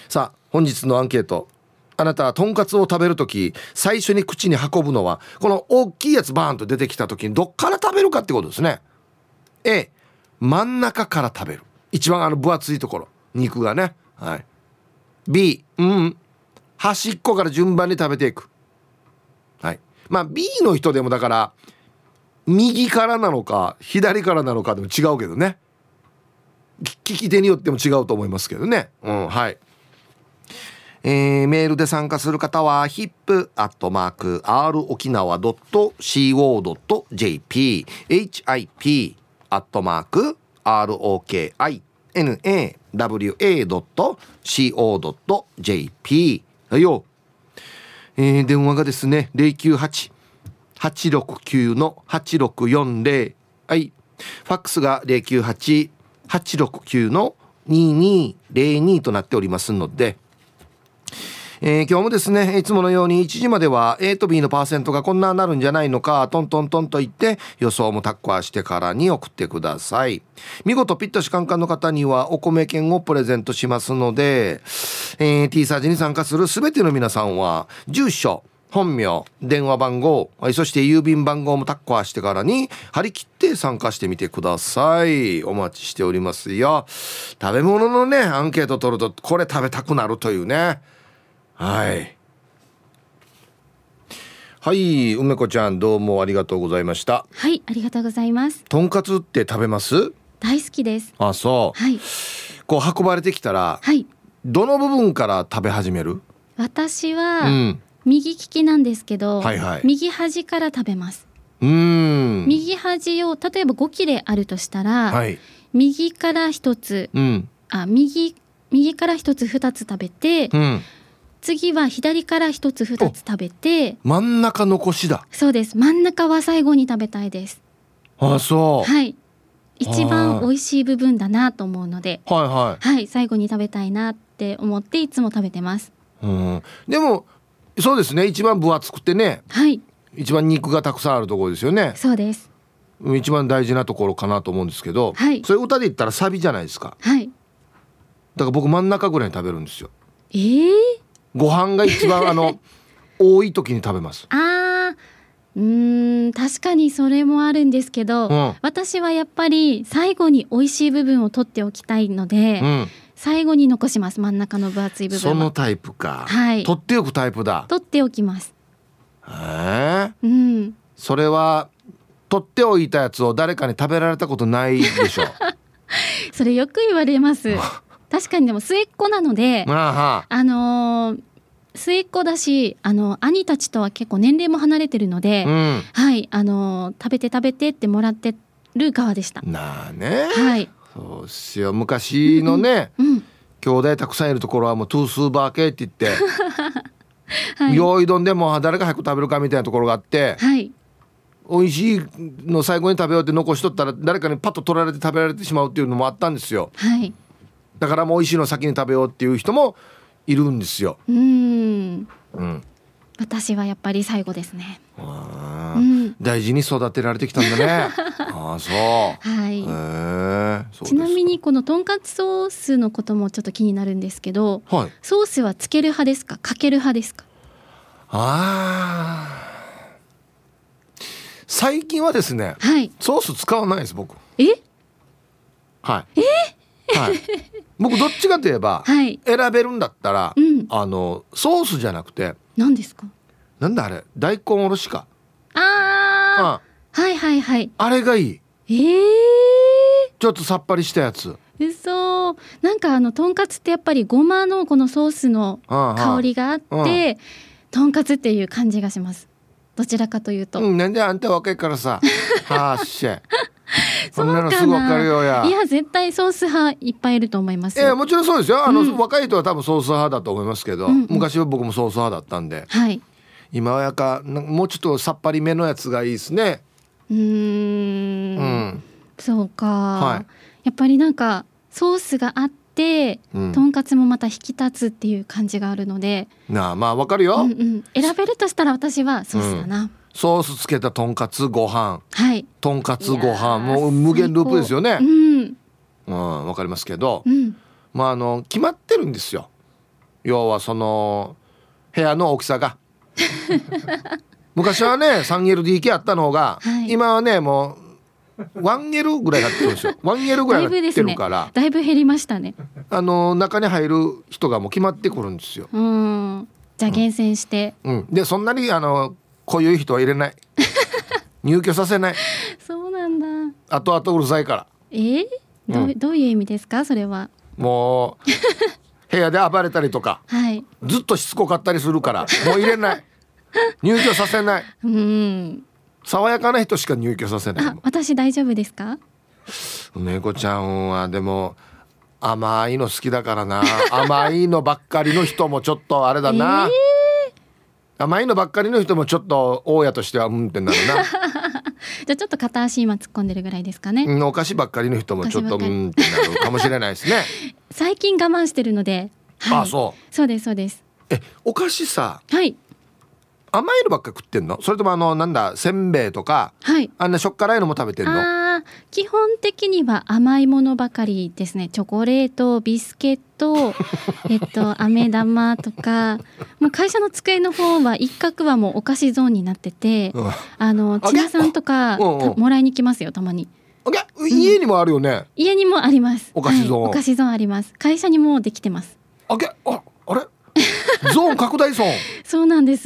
さあ本日のアンケート、あなたはとんかつを食べるとき最初に口に運ぶのはこの大きいやつバーンと出てきたときにどっから食べるかってことですね。 A 真ん中から食べる、一番分厚いところ、肉がね、はい。 B 端っこから順番に食べていく。はい。まあ B の人でもだから右からなのか左からなのかでも違うけどね、利き手によっても違うと思いますけどね。はい。メールで参加する方は hip@r 沖縄 .co.jp hip@rokinawa.co.jp はいよ。電話がですね 098-869-8640、 はい。ファックスが 098-869-2202 となっておりますので、今日もですねいつものように1時までは A と B のパーセントがこんななるんじゃないのかトントントンと言って予想もタッコアしてからに送ってください。見事ピッタシカンカンの方にはお米券をプレゼントしますので、T サージに参加するすべての皆さんは住所、本名、電話番号、そして郵便番号もタッコアしてからに張り切って参加してみてください。お待ちしておりますよ。食べ物のねアンケート取るとこれ食べたくなるというね。はいはい、梅子ちゃんどうもありがとうございました。 はい、ありがとうございます。 とんかつって食べます？ 大好きです。 あ、そう。 はい。 こう運ばれてきたら、 はい。 どの部分から食べ始める？ 私は、右利きなんですけど、 はいはい、 右端から食べます。右端を例えば5切れあるとしたら、はい、右から一つ、右から一つ2つ食べて、次は左から一つ2つ食べて、 真ん中残しだ。 そうです。真ん中は最後に食べたいです。 あ、そう。 はい。一番美味しい部分だなと思うので、 はいはい、 はい、最後に食べたいなって思っていつも食べてます。 でもそうですね、一番分厚くてね、 はい、 一番肉がたくさんあるところですよね。 そうです。 一番大事なところかなと思うんですけど、はい、それ歌で言ったらサビじゃないですか。 はい。 だから僕真ん中ぐらいに食べるんですよ。ご飯が一番多い時に食べます。 確かにそれもあるんですけど、私はやっぱり最後に美味しい部分を取っておきたいので、最後に残します。真ん中の分厚い部分は。 そのタイプか。 はい。 取っておくタイプだ。 取っておきます。 それは取っておいたやつを誰かに食べられたことないでしょう。 それよく言われます。確かに。でも末っ子なので、末っ子だし、兄たちとは結構年齢も離れてるので、はい、食べてってもらってる側でした。 なあね。 はい。 そうっすよ。昔のね、兄弟たくさんいるところはもうトゥースーバー系って言って、はい、用意丼でも誰が早く食べるかみたいなところがあって、はい、美味しいの最後に食べようって残しとったら誰かにパッと取られて食べられてしまうっていうのもあったんですよ。はい。だからもう美味しいの先に食べようっていう人もいるんですよ。 私はやっぱり最後ですね。 大事に育てられてきたんだね。あ、そう。 はい。ちなみにこのとんかつソースのこともちょっと気になるんですけど、はい、ソースはつける派ですか、かける派ですか？ 最近はですね、はい、ソース使わないです僕。はい。はい、僕どっちかといえば、はい、選べるんだったら、ソースじゃなくて、 何ですか？ なんだあれ、大根おろしか。 はいはいはい。 あれがいい。ちょっとさっぱりしたやつ。 嘘。なんかとんかつってやっぱりごまのこのソースの香りがあって、とんかつっていう感じがします。どちらかというと。 なんであんた若いからさ。はっしゃ。そんなのすぐわかるよや。 いや絶対ソース派いっぱいいると思いますよ。 もちろんそうですよ。若い人は多分ソース派だと思いますけど、昔は僕もソース派だったんで、はい、今はもうちょっとさっぱりめのやつがいいですね。 そうか、はい、やっぱりなんかソースがあって、とんかつもまた引き立つっていう感じがあるので、 まあわかるよ。 選べるとしたら私はソースだな。ソースつけたとんかつご飯、 はい、 とんかつご飯もう無限ループですよね。わかりますけど、まあ決まってるんですよ。 要はその部屋の大きさが昔はね 3LDK あったのが、はい、今はねもう 1L ぐらいになってるんですよ。1L ぐらいになってるからだいぶ減りましたね。 中に入る人がもう決まってくるんですよ。 じゃあ厳選して、 でそんなに濃ゆい人は入れない入居させない。 そうなんだ。 後々うるさいから。 どういう意味ですかそれは。 もう部屋で暴れたりとか、 はい、 ずっとしつこかったりするからもう入れない入居させない。爽やかな人しか入居させない。 私大丈夫ですか。 猫ちゃんはでも甘いの好きだからな。甘いのばっかりの人もちょっとあれだな、甘いのばっかりの人もちょっと大家としてはってなるなじゃあちょっと片足今突っ込んでるぐらいですかね。 お菓子ばっかりの人もちょっとってなるかもしれないですね最近我慢してるので、 はい、そうですそうです。 お菓子さ、 はい、 甘いのばっか食ってんの？それともなんだせんべいとか、 はい、 あんなしょっ辛いのも食べてんの？ 基本的には甘いものばかりですね。チョコレート、ビスケット飴玉とかもう会社の机の方は一角はもうお菓子ゾーンになってて、千奈さんとかもらいに来ますよたまに。 家にもあるよね、 家にもあります。 お菓子ゾーン、 お菓子ゾーンあります。会社にもできてます。 あれゾーン拡大ゾーンそうなんです。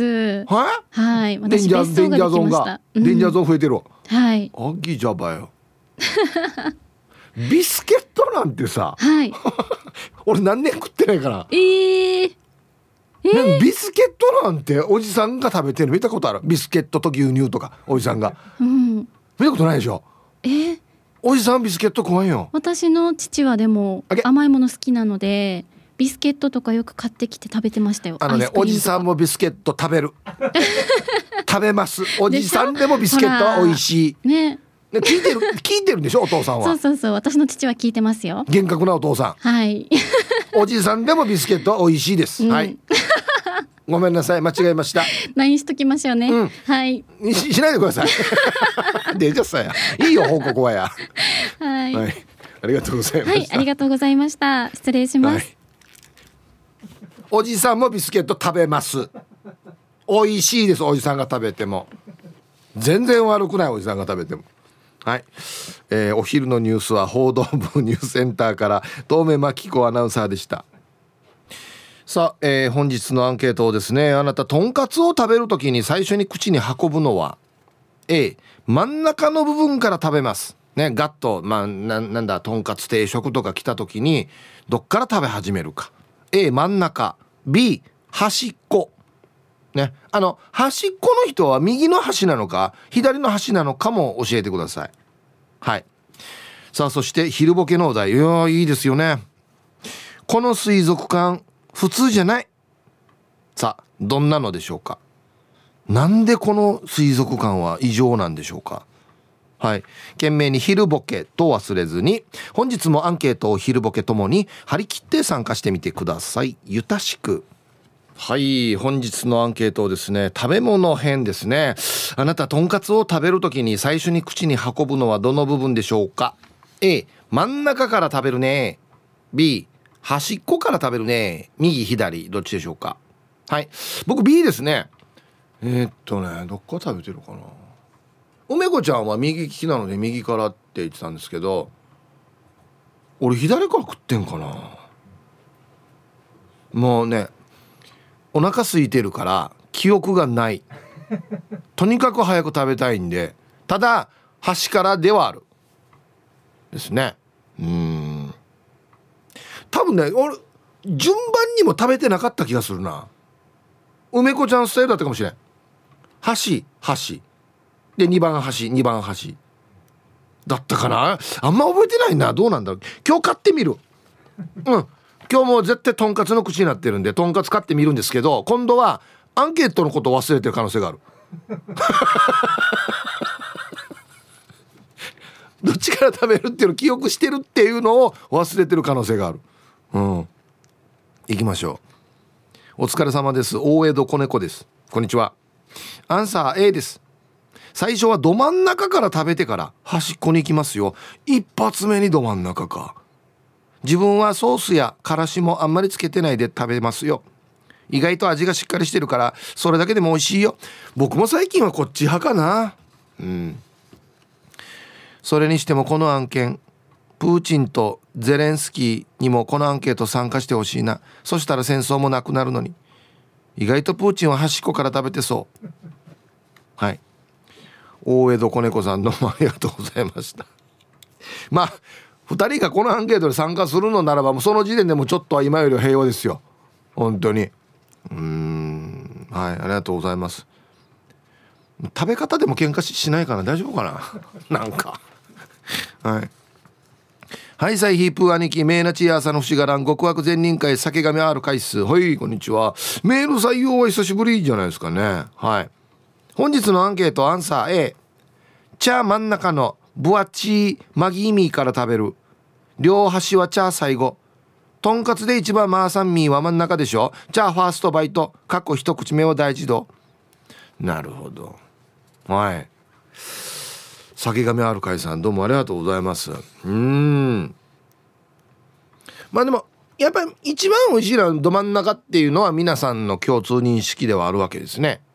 はい、私別荘ができました。 デンジャーゾーン増えてる。 はい。 あぎじゃばよビスケットなんてさ、 はい俺何年食ってないからビスケットなんておじさんが食べてるの見たことある？ビスケットと牛乳とかおじさんが、見たことないでしょ。おじさんビスケット怖いよ。 私の父はでも甘いもの好きなのでビスケットとかよく買ってきて食べてましたよ。 おじさんもビスケット食べる食べます。おじさんでもビスケットは美味しいね。聞いてるんでしょお父さんは。 そう私の父は聞いてますよ。 厳格なお父さん。 はいおじさんでもビスケットは美味しいです、はいごめんなさい間違えました。 LINE しときましょうね、はいしないでくださいでじゃあさいいよ報告はやはい、 ありがとうございました。 ありがとうございました。失礼します、 おじさんもビスケット食べます。美味しいです。おじさんが食べても全然悪くない。おじさんが食べてもはい、お昼のニュースは報道部ニュースセンターから東目真紀子アナウンサーでした。さあ、本日のアンケートをですね、あなたとんかつを食べるときに最初に口に運ぶのは A 真ん中の部分から食べますね。ガッと、なんだとんかつ定食とか来たときにどっから食べ始めるか。 A 真ん中、 B 端っこね、端っこの人は右の端なのか左の端なのかも教えてください。はい。さあそして昼ボケのお題、いいですよね。この水族館普通じゃない。さあどんなのでしょうか。なんでこの水族館は異常なんでしょうか。はい、懸命に昼ボケと忘れずに本日もアンケートを昼ボケともに張り切って参加してみてください。ゆたしく。はい、本日のアンケートをですね、食べ物編ですね。あなたとんかつを食べるときに最初に口に運ぶのはどの部分でしょうか。 A 真ん中から食べるね。 B 端っこから食べるね。右左どっちでしょうか。はい、僕 B ですね。どっか食べてるかな。梅子ちゃんは右利きなので右からって言ってたんですけど、俺左から食ってんかな。もうねお腹空いてるから記憶がない。とにかく早く食べたいんで、ただ端からではあるですね。多分ね俺順番にも食べてなかった気がするな。梅子ちゃんスタイルだったかもしれん。端で2番端だったかな。あんま覚えてないな。どうなんだろう。今日買ってみる。今日も絶対とんかつの口になってるんでとんかつ買ってみるんですけど、今度はアンケートのことを忘れてる可能性があるどっちから食べるっていうのを記憶してるっていうのを忘れてる可能性がある。行きましょう。お疲れ様です。大江戸子猫です。こんにちは。アンサー A です。最初はど真ん中から食べてから端っこに行きますよ。一発目にど真ん中か。自分はソースやからしもあんまりつけてないで食べますよ。 意外と味がしっかりしてるからそれだけでも美味しいよ。僕も最近はこっち派かな。それにしてもこの案件、プーチンとゼレンスキーにもこのアンケート参加してほしいな。そしたら戦争もなくなるのに。意外とプーチンは端っこから食べてそう。はい、大江戸子猫さんどうもありがとうございました。まあ2人がこのアンケートに参加するのならばもうその時点でもちょっとは今よりは平和ですよ本当に。はい、ありがとうございます。食べ方でも喧嘩 しないかな、大丈夫かななんかはいはい、サイヒープー兄貴、メーナチア朝の節がらん極悪善人会酒神ある回数。はい、こんにちは。メール採用は久しぶりじゃないですかね。はい、本日のアンケートアンサー A。 茶真ん中のブアチーマギーミーから食べる。両端は茶最後。とんかつで一番マーサンミーは真ん中でしょ。茶ファーストバイトかっこ一口目は大事度。なるほど。はい、酒神ある会さんどうもありがとうございます。まあでもやっぱり一番美味しいのはど真ん中っていうのは皆さんの共通認識ではあるわけですね。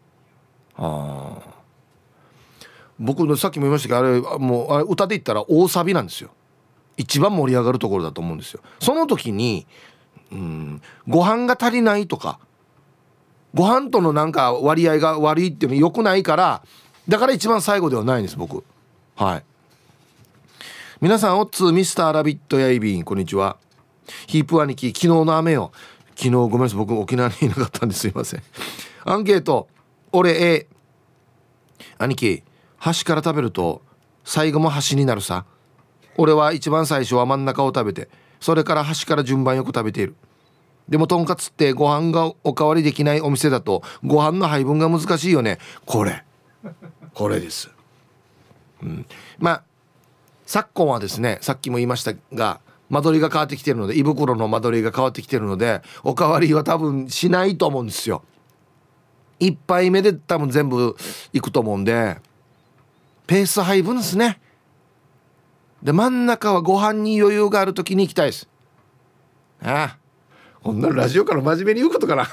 僕のさっきも言いましたけど、あれもうあれ歌で言ったら大サビなんですよ。一番盛り上がるところだと思うんですよ。その時にご飯が足りないとかご飯とのなんか割合が悪いっていうの良くないから、だから一番最後ではないんです僕。はい、皆さんおっつミスターラビットやいびんこんにちは。ヒープ兄貴、昨日の雨よ。昨日ごめんなさい、僕沖縄にいなかったんですいません。アンケート俺 A。 兄貴、端から食べると最後も端になるさ。俺は一番最初は真ん中を食べてそれから端から順番よく食べている。でもとんかつってご飯がおかわりできないお店だとご飯の配分が難しいよね。これです。まあ昨今はですね、さっきも言いましたが間取りが変わってきてるので、胃袋の間取りが変わってきてるのでおかわりは多分しないと思うんですよ。一杯目で多分全部いくと思うんでペース配分ですね。で真ん中はご飯に余裕がある時に行きたいです。ああ、こんなラジオから真面目に言うことかな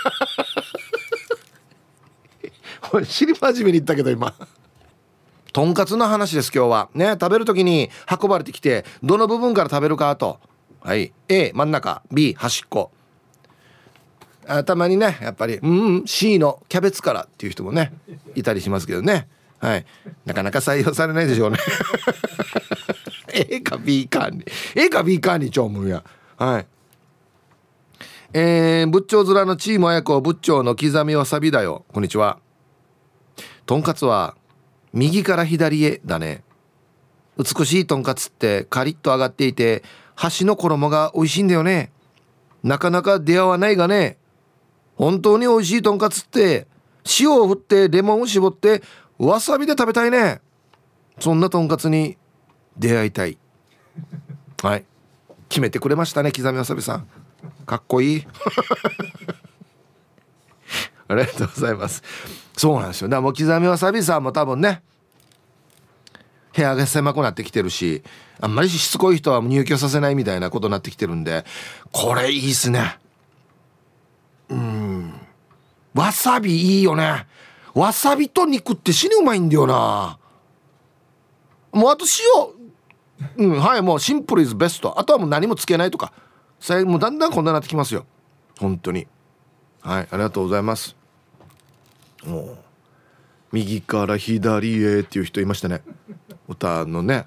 知り真面目に言ったけど今とんかつの話です今日はね。食べる時に運ばれてきてどの部分から食べるかと。はい、 A 真ん中 B 端っこ。たまにねやっぱりC のキャベツからっていう人もねいたりしますけどね。はい、なかなか採用されないでしょうねA か B かに A か B かにちょうむんや。はい、仏頂面のチームあやこ仏頂の刻みわさびだよ。こんにちは。とんかつは右から左へだね。美しいとんかつってカリッと揚がっていて端の衣が美味しいんだよね。なかなか出会わないがね。本当に美味しいとんかつって塩を振ってレモンを絞ってわさびで食べたいね。そんなとんかつに出会いたい。はい、決めてくれましたね刻みわさびさん、かっこいいありがとうございます。そうなんですよ。だからもう刻みわさびさんも多分ね部屋が狭くなってきてるし、あんまりしつこい人は入居させないみたいなことになってきてるんで、これいいっすね。わさびいいよね。わさびと肉って死にうまいんだよな。もうあと塩、はい、もうシンプルイズベスト。あとはもう何もつけないとかもうだんだんこんなになってきますよ本当に。はい、ありがとうございます。もう右から左へっていう人いましたね歌のね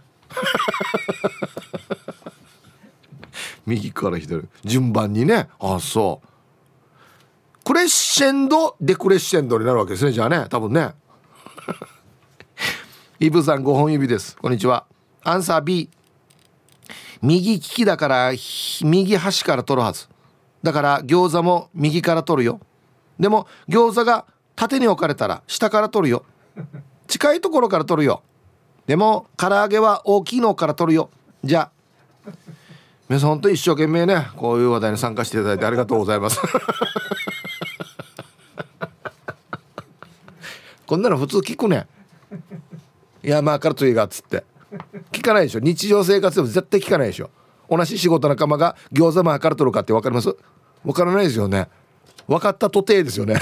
右から左順番にね。あ、そうクレッシェンドデクレッシェンドになるわけですねじゃあね多分ねイブさん5本指です。こんにちは。アンサー B。 右利きだから右端から取るはずだから餃子も右から取るよ。でも餃子が縦に置かれたら下から取るよ。近いところから取るよ。でも唐揚げは大きいのから取るよ。じゃあ皆さん本当に一生懸命ねこういう話題に参加していただいてありがとうございますこんなの普通聞くね。いやまあからといいがっつって聞かないでしょ。日常生活でも絶対聞かないでしょ。同じ仕事仲間が餃子まあから取るかって分かります？分からないですよね。 分かったとてですよね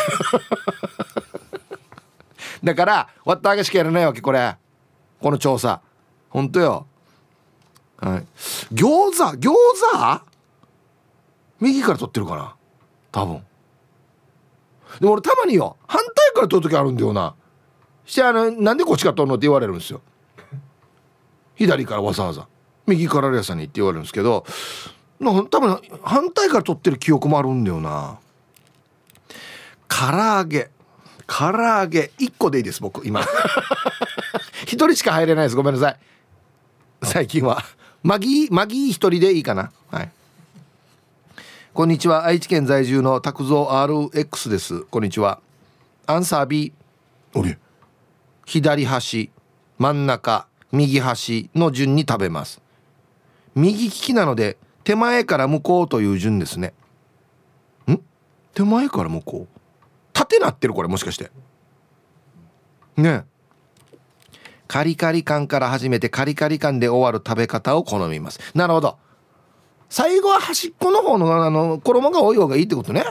だから割ったあげしかやらないわけこの調査ほんとよ。はい、餃子右から取ってるかな多分。でも俺たまによ反対から取る時あるんだよな。してなんでこっちから取るのって言われるんですよ。左からわざわざ右からレーサーにって言われるんですけど、多分反対から取ってる記憶もあるんだよな。唐揚げ1個でいいです僕今1人しか入れないです。ごめんなさい。最近はマギー1人でいいかな。はい、こんにちは。愛知県在住の拓蔵 RX です。こんにちは。アンサー B。 俺左端真ん中右端の順に食べます。右利きなので手前から向こうという順ですね。手前から向こう縦なってるこれもしかしてね。カリカリ感から始めてカリカリ感で終わる食べ方を好みます。なるほど。最後は端っこの方の衣が多い方がいいってことね。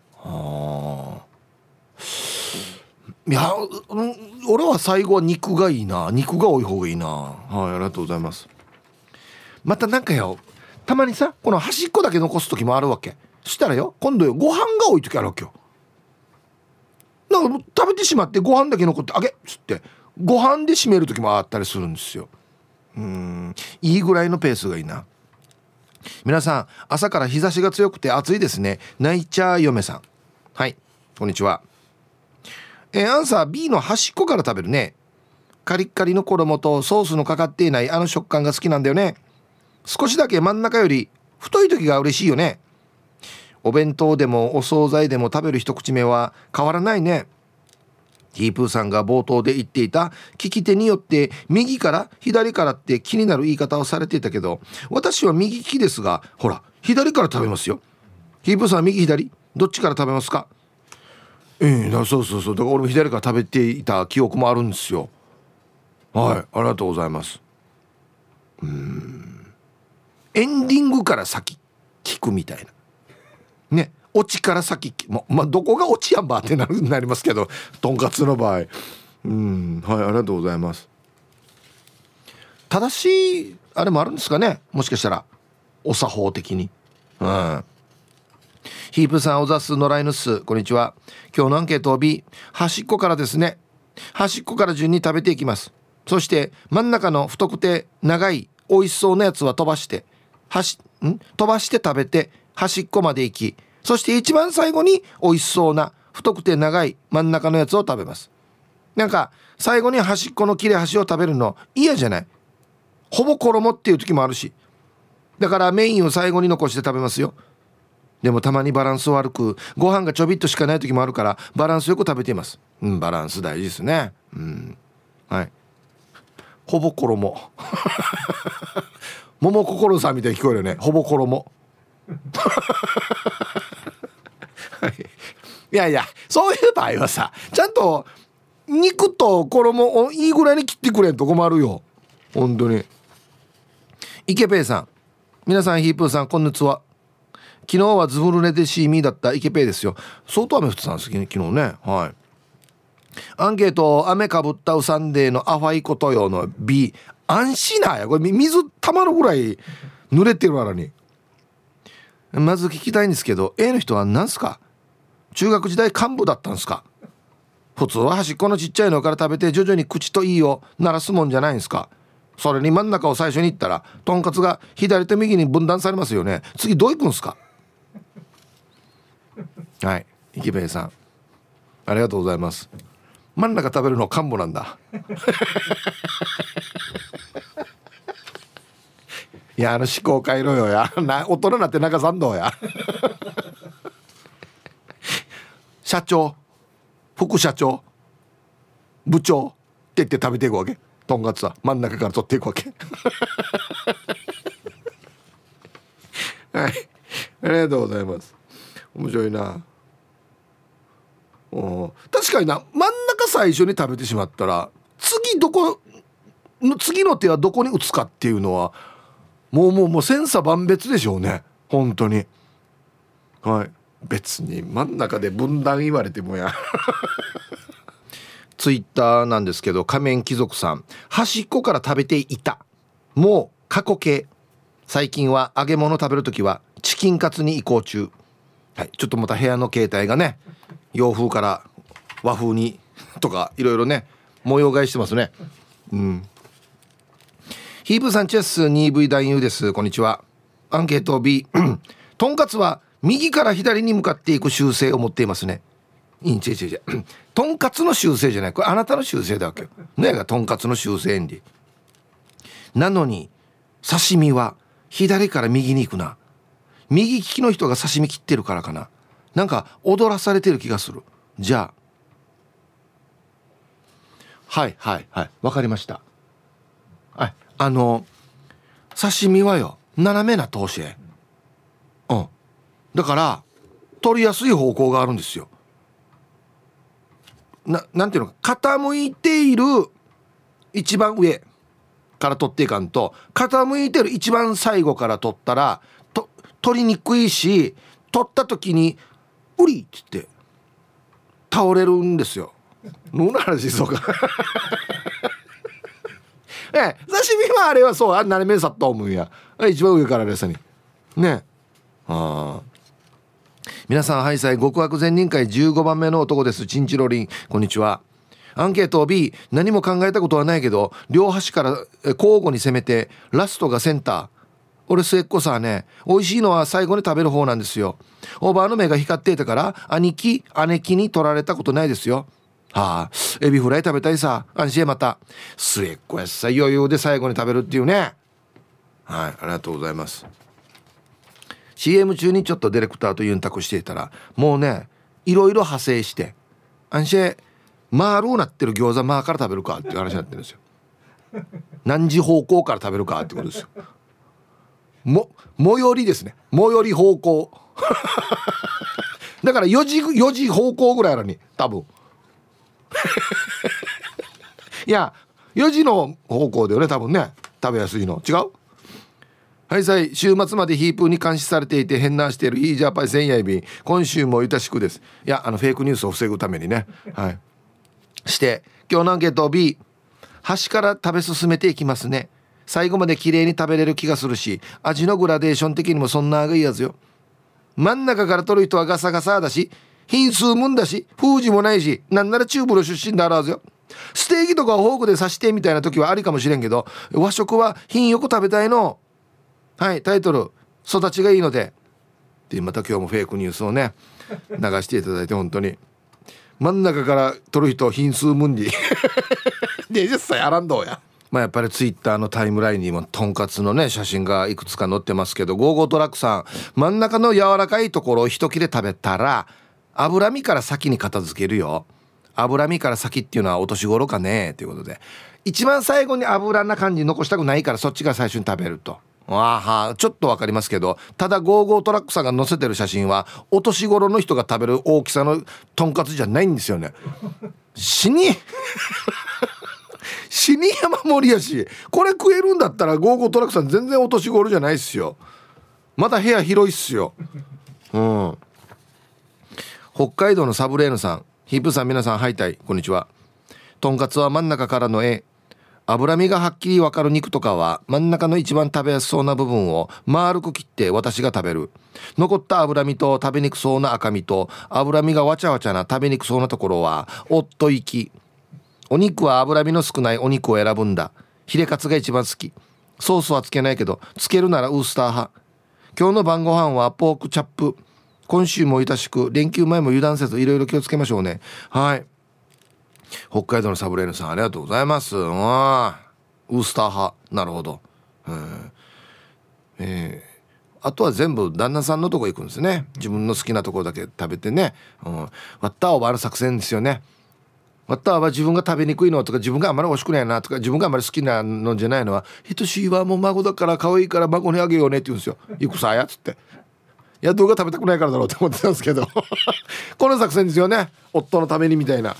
いや、俺は最後は肉がいいな。肉が多い方がいいな。はい、ありがとうございます。またなんかよたまにさこの端っこだけ残す時もあるわけ。そしたらよ今度よご飯が多い時あるわけよ。なんか食べてしまってご飯だけ残ってあげっつってご飯で締める時もあったりするんですよ。いいぐらいのペースがいいな。皆さん朝から日差しが強くて暑いですね。ナイチャー嫁さん、はい、こんにちは。アンサー B の端っこから食べるね。カリッカリの衣とソースのかかっていない食感が好きなんだよね。少しだけ真ん中より太い時が嬉しいよね。お弁当でもお惣菜でも食べる一口目は変わらないね。ヒープーさんが冒頭で言っていた利き手によって右から左からって気になる言い方をされていたけど、私は右利きですがほら左から食べますよ。ヒープーさんは右左どっちから食べますか？そうだから俺も左から食べていた記憶もあるんですよ。はい、ありがとうございます。エンディングから先聞くみたいなね。オチから先どこがオチやんばってなりますけどとんかつの場合はい、ありがとうございます。正しいあれもあるんですかね、もしかしたらお作法的に。ヒープさん、おざす野良犬す、こんにちは。今日のアンケートを B、 端っこからですね。端っこから順に食べていきます。そして真ん中の太くて長い美味しそうなやつは飛ばして食べて端っこまで行き、そして一番最後に美味しそうな太くて長い真ん中のやつを食べます。なんか最後に端っこの切れ端を食べるの嫌じゃない？ほぼ衣っていう時もあるし、だからメインを最後に残して食べますよ。でもたまにバランス悪くご飯がちょびっとしかない時もあるからバランスよく食べています。バランス大事ですね。はい、ほぼ衣桃心さんみたいに聞こえるよね。ほぼ衣はい、いやいやそういう場合はさちゃんと肉と衣をいいぐらいに切ってくれんと困るよ本当に。イケペイさん、皆さんヒープーさんこんにちは。昨日はズブルネでシーミーだったイケペイですよ。相当雨降ってたんです昨日ね。はい、アンケート、雨かぶったウサンデーのアファイコトヨの B、 安心なやこれ水たまるぐらい濡れてるからに。まず聞きたいんですけど A の人は何すか？中学時代幹部だったんですか？普通は端っこのちっちゃいのから食べて徐々に口と胃を鳴らすもんじゃないんですか？それに真ん中を最初に行ったらとんかつが左と右に分断されますよね。次どういくんすか？はい、池兵衛さんありがとうございます。真ん中食べるの幹部なんだいや思考変えろよや大人になって中さんどうや社長副社長部長って言って食べていくわけ。とんかつは真ん中から取っていくわけはい、ありがとうございます。面白いな。確かにな、真ん中最初に食べてしまったら次の手はどこに打つかっていうのはもう千差万別でしょうね本当に。はい、 別に真ん中で分断言われてもやツイッターなんですけど、仮面貴族さん、端っこから食べていた、もう過去形。最近は揚げ物食べるときはチキンカツに移行中。はい、ちょっとまた部屋の形態がね、洋風から和風にとかいろいろね模様替えしてますね。ヒープさん、チェス 2V 男優です。こんにちは。アンケート B とんかつは右から左に向かっていく習性を持っていますね。違うとんかつの習性じゃない、これあなたの習性だわけよねがとんかつの習性原理なのに、刺身は左から右に行くな。右利きの人が刺身切ってるからかな。なんか踊らされてる気がする。じゃあ、はいわかりました。はい、刺身はよ斜めな通しへ、だから取りやすい方向があるんですよ。なんていうのか、傾いている一番上から取っていかんと、傾いてる一番最後から取ったら取りにくいし、取った時にウリって言って倒れるんですよ。何の話そうか刺身はあれはそう、斜めさった思うんや、一番上からですね。ね、皆さん、ハイサイ極悪善人会15番目の男です。チンチロリン、こんにちは。アンケート B、 何も考えたことはないけど両端から交互に攻めてラストがセンター。俺末っ子さね、美味しいのは最後に食べる方なんですよ。おばあの目が光っていたから姉貴に取られたことないですよ。エビフライ食べたいさ、安心。また末っ子やさ、余裕で最後に食べるっていうね。はい、ありがとうございます。 CM 中にちょっとディレクターとユンタクしていたら、もうねいろいろ派生して、安心マールーなってる餃子マーから食べるかっていう話になってるんですよ。何時方向から食べるかってことですよ。最寄りですね、最寄り方向だから4時方向ぐらいなのに多分いや4時の方向だよね多分ね、食べやすいの違う。はい、週末までヒープーに監視されていて変なしているヒージャーパイ千夜便、今週もゆたしくです。いやフェイクニュースを防ぐためにね、はいして今日のアンケート B、 端から食べ進めていきますね。最後まで綺麗に食べれる気がするし、味のグラデーション的にもそんながいいやつよ。真ん中から取る人はガサガサだし、品数もんだし、封じもないし、なんならチューブの出身であるはずよ。ステーキとかをフォークで刺してみたいな時はありかもしれんけど、和食は品よく食べたいの。はい、タイトル育ちがいいのでで、また今日もフェイクニュースをね流していただいて、本当に真ん中から取る人品数ムンディで実際あらんどうや。やっぱりツイッターのタイムラインにもとんかつのね写真がいくつか載ってますけど、ゴーゴートラックさん、真ん中の柔らかいところを一切れ食べたら脂身から先に片付けるよ。脂身から先っていうのはお年頃かねということで、一番最後に脂な感じ残したくないからそっちが最初に食べると。ちょっとわかりますけど、ただゴーゴートラックさんが載せてる写真はお年頃の人が食べる大きさのとんかつじゃないんですよね。死に山盛りやし、これ食えるんだったらゴーゴートラックさん全然お年頃じゃないっすよ。また部屋広いっすよ。北海道のサブレーヌさん、ヒップさん、皆さんハイタイ、こんにちは。とんかつは真ん中からの脂身がはっきり分かる肉とかは真ん中の一番食べやすそうな部分を丸く切って私が食べる。残った脂身と食べにくそうな赤身と脂身がわちゃわちゃな食べにくそうなところはおっといき。お肉は脂身の少ないお肉を選ぶんだ。ヒレカツが一番好き。ソースはつけないけどつけるならウースター派。今日の晩ご飯はポークチャップ。今週もいたしく、連休前も油断せずいろいろ気をつけましょうね。はい、北海道のサブレーヌさん、ありがとうございます。ウースター派、なるほど。あとは全部旦那さんのとこ行くんですね。自分の好きなところだけ食べてね。ワッターオーバーの作戦ですよね。ワッターは自分が食べにくいのとか、自分があんまり美味しくないなとか、自分があんまり好きなのじゃないのは、しいはもう孫だから可愛いから孫にあげようねって言うんですよ。行くさやつって。いや、動画食べたくないからだろうって思ってたんですけどこの作戦ですよね、夫のためにみたいな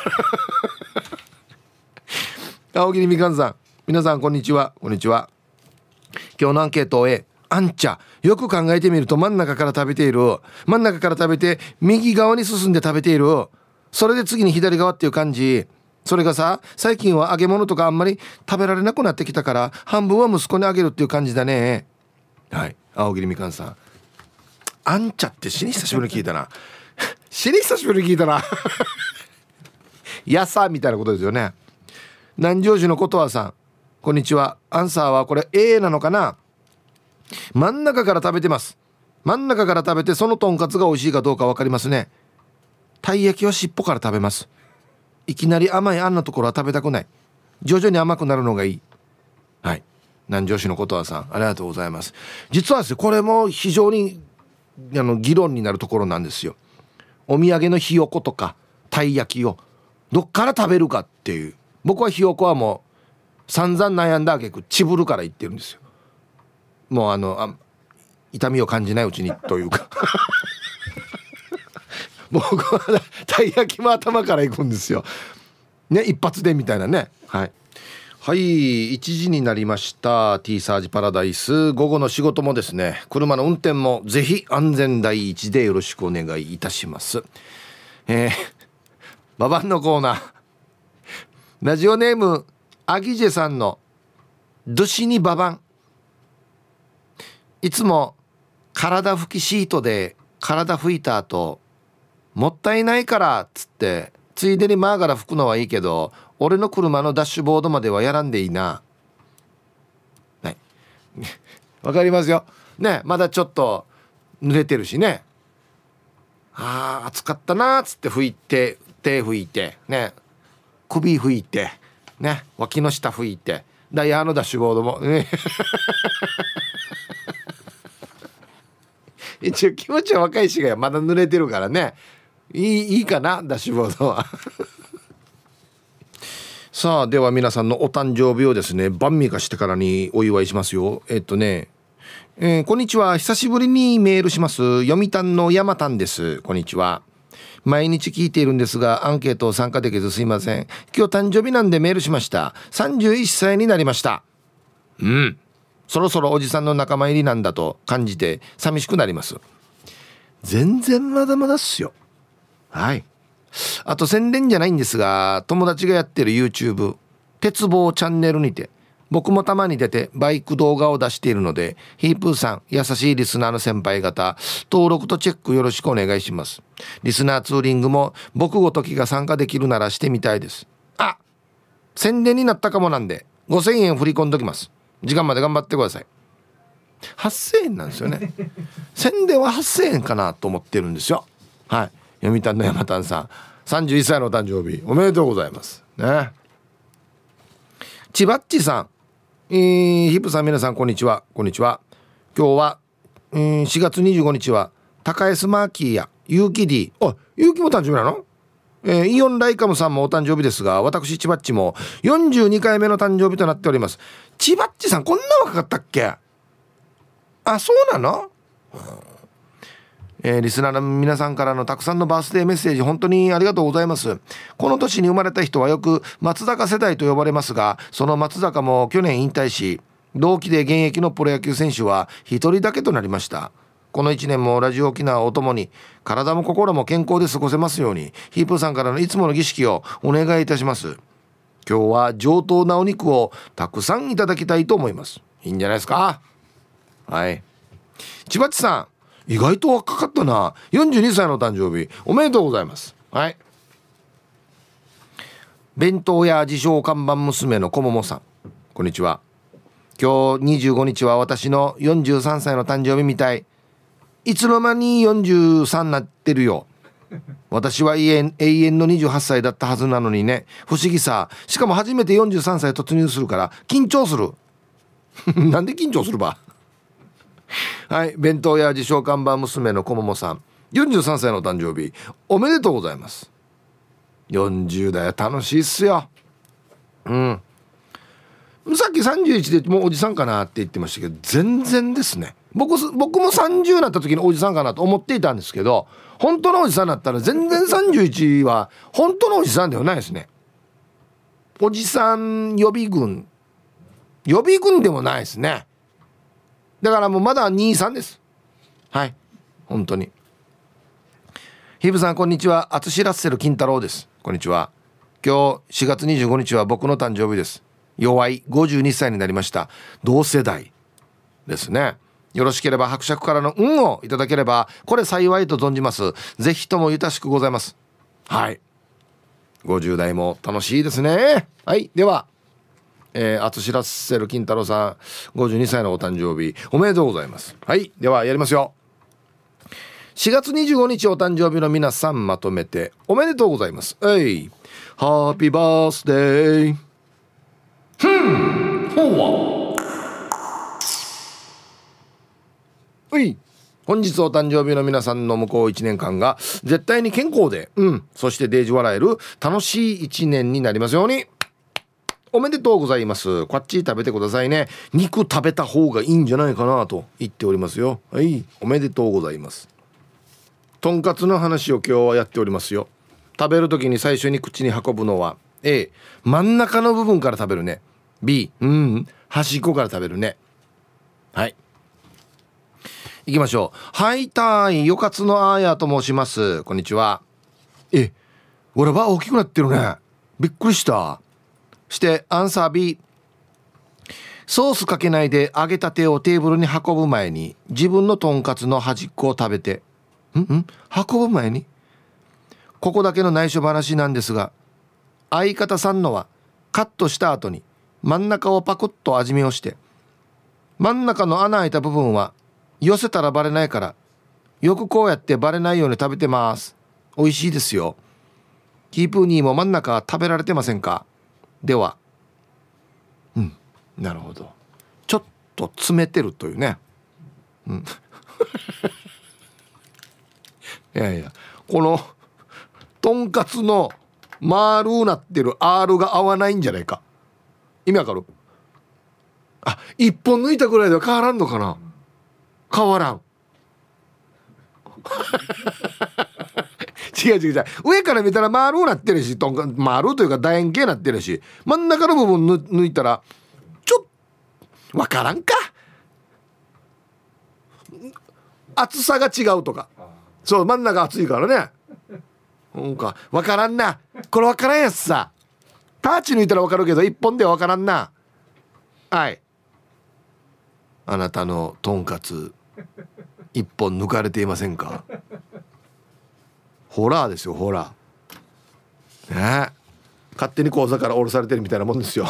青桐みかんさん、皆さんこんにちは。こんにちは。今日のアンケートをあんちゃよく考えてみると真ん中から食べて右側に進んで食べている、それで次に左側っていう感じ。それがさ、最近は揚げ物とかあんまり食べられなくなってきたから半分は息子にあげるっていう感じだね。はい、青桐みかんさん、あんちゃって死に久しぶりに聞いたな死に久しぶりに聞いたなやさみたいなことですよね。南城市のことわさん、こんにちは。アンサーはこれ A なのかな。真ん中から食べてます。真ん中から食べてそのとんかつが美味しいかどうか分かりますね。たい焼きは尻尾から食べます。いきなり甘いあんのところは食べたくない。徐々に甘くなるのがいい。はい、南城市のことわさん、ありがとうございます。実はですね、これも非常に議論になるところなんですよ。お土産のひよことかたい焼きをどっから食べるかっていう。僕はひよこはもう散々悩んだあげくちぶるから言ってるんですよ。もう痛みを感じないうちにというか僕はたい焼きも頭からいくんですよね、一発でみたいなね。はいはい、1時になりました。 T サージパラダイス、午後の仕事もですね、車の運転もぜひ安全第一でよろしくお願いいたします。ババンのコーナー、ラジオネームアギジェさんのドシニババン。いつも体拭きシートで体拭いた後、もったいないからっつってついでにマーガラ拭くのはいいけど、俺の車のダッシュボードまではやらんでいいな。はいわかりますよね。まだちょっと濡れてるしね、暑かったなっつって拭いて、手拭いてね、首拭いてね、脇の下拭いて、ダイヤのダッシュボードもね一応気持ちは若いしがまだ濡れてるからね、いいかな、ダッシュボードはさあ、では皆さんのお誕生日をですね、晩味化してからにお祝いしますよ。こんにちは、久しぶりにメールします。読谷の山谷です。こんにちは。毎日聞いているんですがアンケートを参加できずすいません。今日誕生日なんでメールしました。31歳になりました。そろそろおじさんの仲間入りなんだと感じて寂しくなります。全然まだまだっすよ。はい、あと宣伝じゃないんですが、友達がやってる YouTube 鉄棒チャンネルにて僕もたまに出てバイク動画を出しているので、ヒープーさん、優しいリスナーの先輩方、登録とチェックよろしくお願いします。リスナーツーリングも僕ごときが参加できるならしてみたいです。宣伝になったかもなんで5000円振り込んどきます。時間まで頑張ってください。8000円なんですよね宣伝は8000円かなと思ってるんですよ。はい、読谷の山谷さん、31歳のお誕生日おめでとうございますね。ちばっちさん、ヒップさん、皆さんこんにちは。こんにちは。今日は4月25日は高安マーキーやユーキ D、 ユーキも誕生日なの。イオンライカムさんもお誕生日ですが、私ちばっちも42回目の誕生日となっております。ちばっちさん、こんな若かったっけ。そうなの。リスナーの皆さんからのたくさんのバースデーメッセージ本当にありがとうございます。この年に生まれた人はよく松坂世代と呼ばれますが、その松坂も去年引退し、同期で現役のプロ野球選手は一人だけとなりました。この1年もラジオ沖縄をともに体も心も健康で過ごせますように、ヒープーさんからのいつもの儀式をお願いいたします。今日は上等なお肉をたくさんいただきたいと思います。いいんじゃないですか。はい、ちばっちさん、意外と若かったな。42歳の誕生日おめでとうございます。はい、弁当屋自称看板娘のこももさん、こんにちは。今日25日は私の43歳の誕生日みたい。いつの間に43になってるよ。私は永遠の28歳だったはずなのにね、不思議さ。しかも初めて43歳突入するから緊張するなんで緊張するばはい、弁当屋自称看板娘のこももさん、43歳の誕生日おめでとうございます。40代は楽しいっすよ。さっき31でもうおじさんかなって言ってましたけど、全然ですね。僕も30になった時におじさんかなと思っていたんですけど、本当のおじさんだったら全然31は本当のおじさんではないですね。おじさん予備軍でもないですね。 だからもうまだ23です。はい、本当に。ヒブさんこんにちは。アツシラッセル金太郎です。こんにちは。今日4月25日は僕の誕生日です。弱い52歳になりました。同世代ですね。よろしければ伯爵からの運をいただければこれ幸いと存じます。ぜひともゆたしくございます。はい、50代も楽しいですね。はい、ではアツシラッセル金太郎さん52歳のお誕生日おめでとうございます。はい、ではやりますよ。4月25日お誕生日の皆さんまとめておめでとうございます。ハッピーバースデー。本日お誕生日の皆さんの向こう1年間が絶対に健康で、そしてデージ笑える楽しい1年になりますように。おめでとうございます。こっち食べてくださいね。肉食べた方がいいんじゃないかなと言っておりますよ。はい、おめでとうございます。とんかつの話を今日はやっておりますよ。食べるときに最初に口に運ぶのは A 真ん中の部分から食べるね。 B 端っこから食べるね。はい、行きましょう。はいたいよかつのあーやと申します。こんにちは。俺は大きくなってるね。びっくりしたしてアンサー B ソースかけないで揚げたてをテーブルに運ぶ前に自分のとんかつの端っこを食べて運ぶ前にここだけの内緒話なんですが相方さんのはカットした後に真ん中をパクッと味見をして真ん中の穴開いた部分は寄せたらバレないからよくこうやってバレないように食べてます。美味しいですよ。キープーニーも真ん中食べられてませんか。ではなるほど、ちょっと詰めてるというね。いやいやこのとんかつの丸なってる R が合わないんじゃないか。意味わかる？一本抜いたぐらいでは変わらんのかな。変わらん。違う上から見たら丸なってるし、丸というか楕円形なってるし、真ん中の部分抜いたらちょっとわからんか。厚さが違うとか。そう真ん中厚いからね。わからんな。これわからんやつさ。ターチ抜いたらわかるけど一本ではわからんな。はい、あなたのとんかつ一本抜かれていませんか。ホラーですよ、ホラーね。勝手に口座から下ろされてるみたいなもんですよ。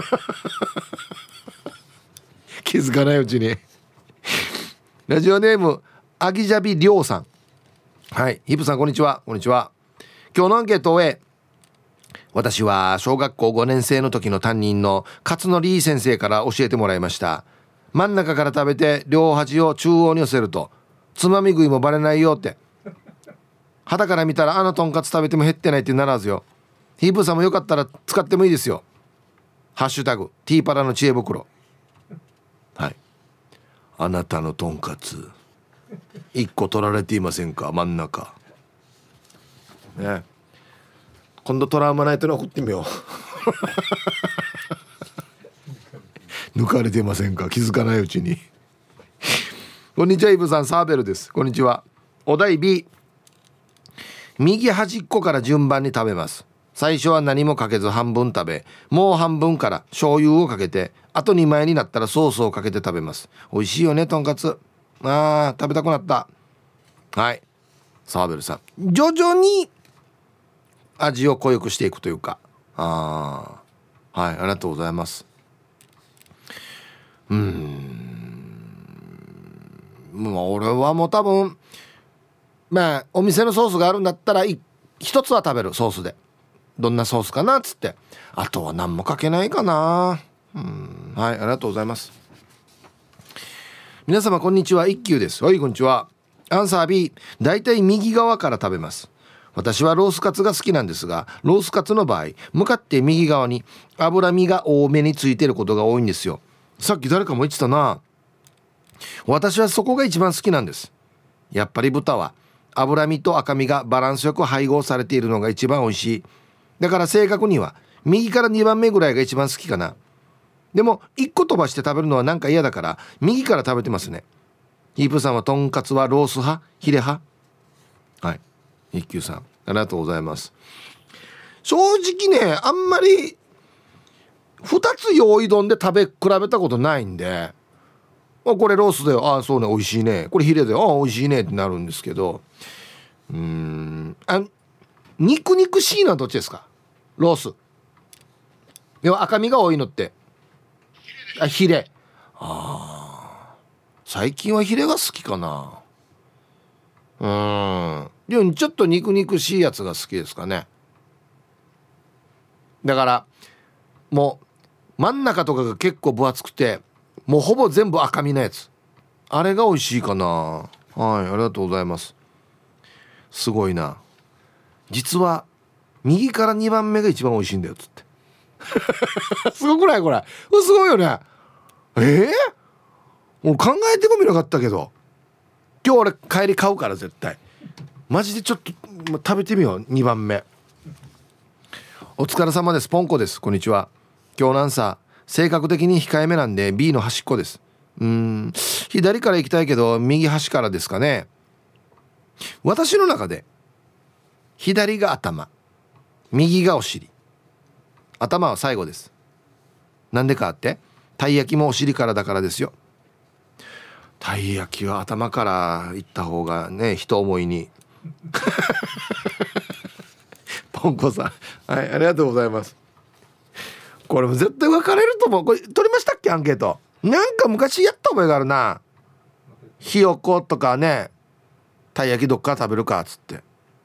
気づかないうちに。ラジオネームアギジャビリョウさん。はい、ヒップさんこんにちは。こんにちは。今日のアンケートを終え、私は小学校5年生の時の担任の勝則いい先生から教えてもらいました。真ん中から食べて両端を中央に寄せるとつまみ食いもバレないよって。肌から見たらとんかつ食べても減ってないってならずよ。ヒープーさんもよかったら使ってもいいですよ。ハッシュタグティーパラの知恵袋。はい、あなたのとんかつ1個取られていませんか。真ん中ね。今度トラウマナイトに送ってみよう。抜かれていませんか。気づかないうちに。こんにちはイブさん、サーベルです。こんにちは。お題 B 右端っこから順番に食べます。最初は何もかけず半分食べ、もう半分から醤油をかけて、あと2枚になったらソースをかけて食べます。美味しいよねとんかつ。食べたくなった。はい、サーベルさん、徐々に味を濃ゆくしていくというか、はい、ありがとうございます。俺はもう多分お店のソースがあるんだったら一つは食べる。ソースでどんなソースかなっつって、あとは何もかけないかな。はい、ありがとうございます。皆様こんにちは、一休です。はい、こんにちは。アンサー B だいたい右側から食べます。私はロースカツが好きなんですが、ロースカツの場合向かって右側に脂身が多めについてることが多いんですよ。さっき誰かも言ってたな。私はそこが一番好きなんです。やっぱり豚は脂身と赤身がバランスよく配合されているのが一番美味しい。だから正確には右から2番目ぐらいが一番好きかな。 でも1個飛ばして食べるのはなんか嫌だから右から食べてますね。ヒープさんはとんかつはロース派ヒレ派？はい、一休さんありがとうございます。正直ねあんまり2つ用意丼で食べ比べたことないんで、これロースだよ、ああそうね美味しいね、これヒレだよ、ああ美味しいねってなるんですけど、肉肉しいのはどっちですか？ロースでも赤身が多いのってヒレ。最近はヒレが好きかな。でもちょっと肉肉しいやつが好きですかね。だからもう真ん中とかが結構分厚くてもうほぼ全部赤身のやつ、あれが美味しいかな。はい、ありがとうございます。すごいな。実は右から2番目が一番美味しいんだよっつってすごくないこれ？すごいよね。もう考えてもみなかったけど、今日俺帰り買うから絶対マジでちょっと食べてみよう。2番目お疲れ様です。ポンコです。こんにちは。今日なんさ性格的に控えめなんで B の端っこです。左から行きたいけど右端からですかね。私の中で左が頭、右がお尻、頭は最後です。なんでかってたい焼きもお尻からだからですよ。たい焼きは頭から行った方がね人思いにポンコさん、はい、ありがとうございます。これも絶対分かれると思う。これ取りましたっけアンケート。なんか昔やった覚えがあるな。ひよことかね、たい焼きどっから食べるかっつって。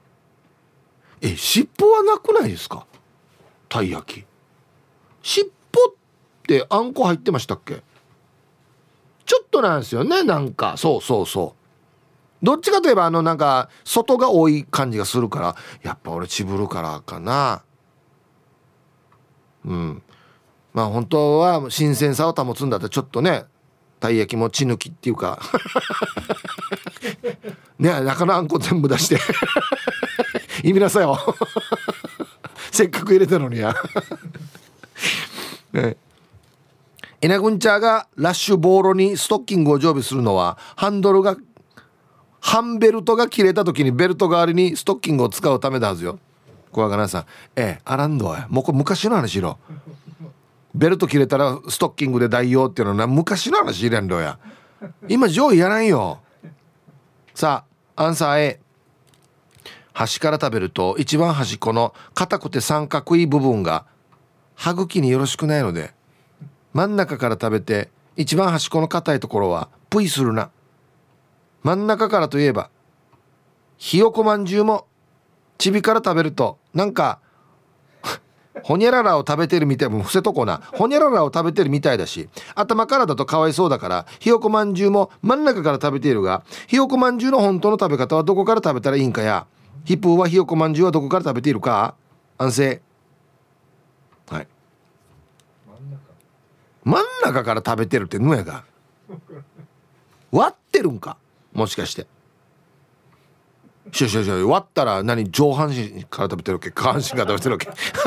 尻尾はなくないですか？たい焼き尻尾ってあんこ入ってましたっけ？ちょっとなんですよね。なんかそうどっちかといえばなんか外が多い感じがするから、やっぱ俺チブるからかな。まあ本当は新鮮さを保つんだったらちょっとねたい焼きも血抜きっていうかね、中のあんこ全部出して意味なさよせっかく入れたのにやね、エナグンチャーがラッシュボーロにストッキングを常備するのはハンベルトが切れた時にベルト代わりにストッキングを使うためだはずよ。小若菜さん、アランドはもうこれ昔の話ろ。ベルト切れたらストッキングで代用っていうのは昔の話入れんろや。今上位やらんよ。さあアンサー A。 端から食べると一番端っこの硬くて三角い部分が歯茎によろしくないので、真ん中から食べて一番端っこの硬いところはプイするな。真ん中からといえばひよこまんじゅうもちびから食べるとなんかほにゃららを食べてるみたい、もう伏せとこな。ほにゃららを食べてるみたいだし、頭からだとかわいそうだからひよこまんじゅうも真ん中から食べているが、ひよこまんじゅうの本当の食べ方はどこから食べたらいいんかや。ヒップーはひよこまんじゅうはどこから食べているか？安静。はい、真ん中から食べてるってのやが割ってるんかもしかして。割ったら何、上半身から食べてるわけ、下半身から食べてるわけ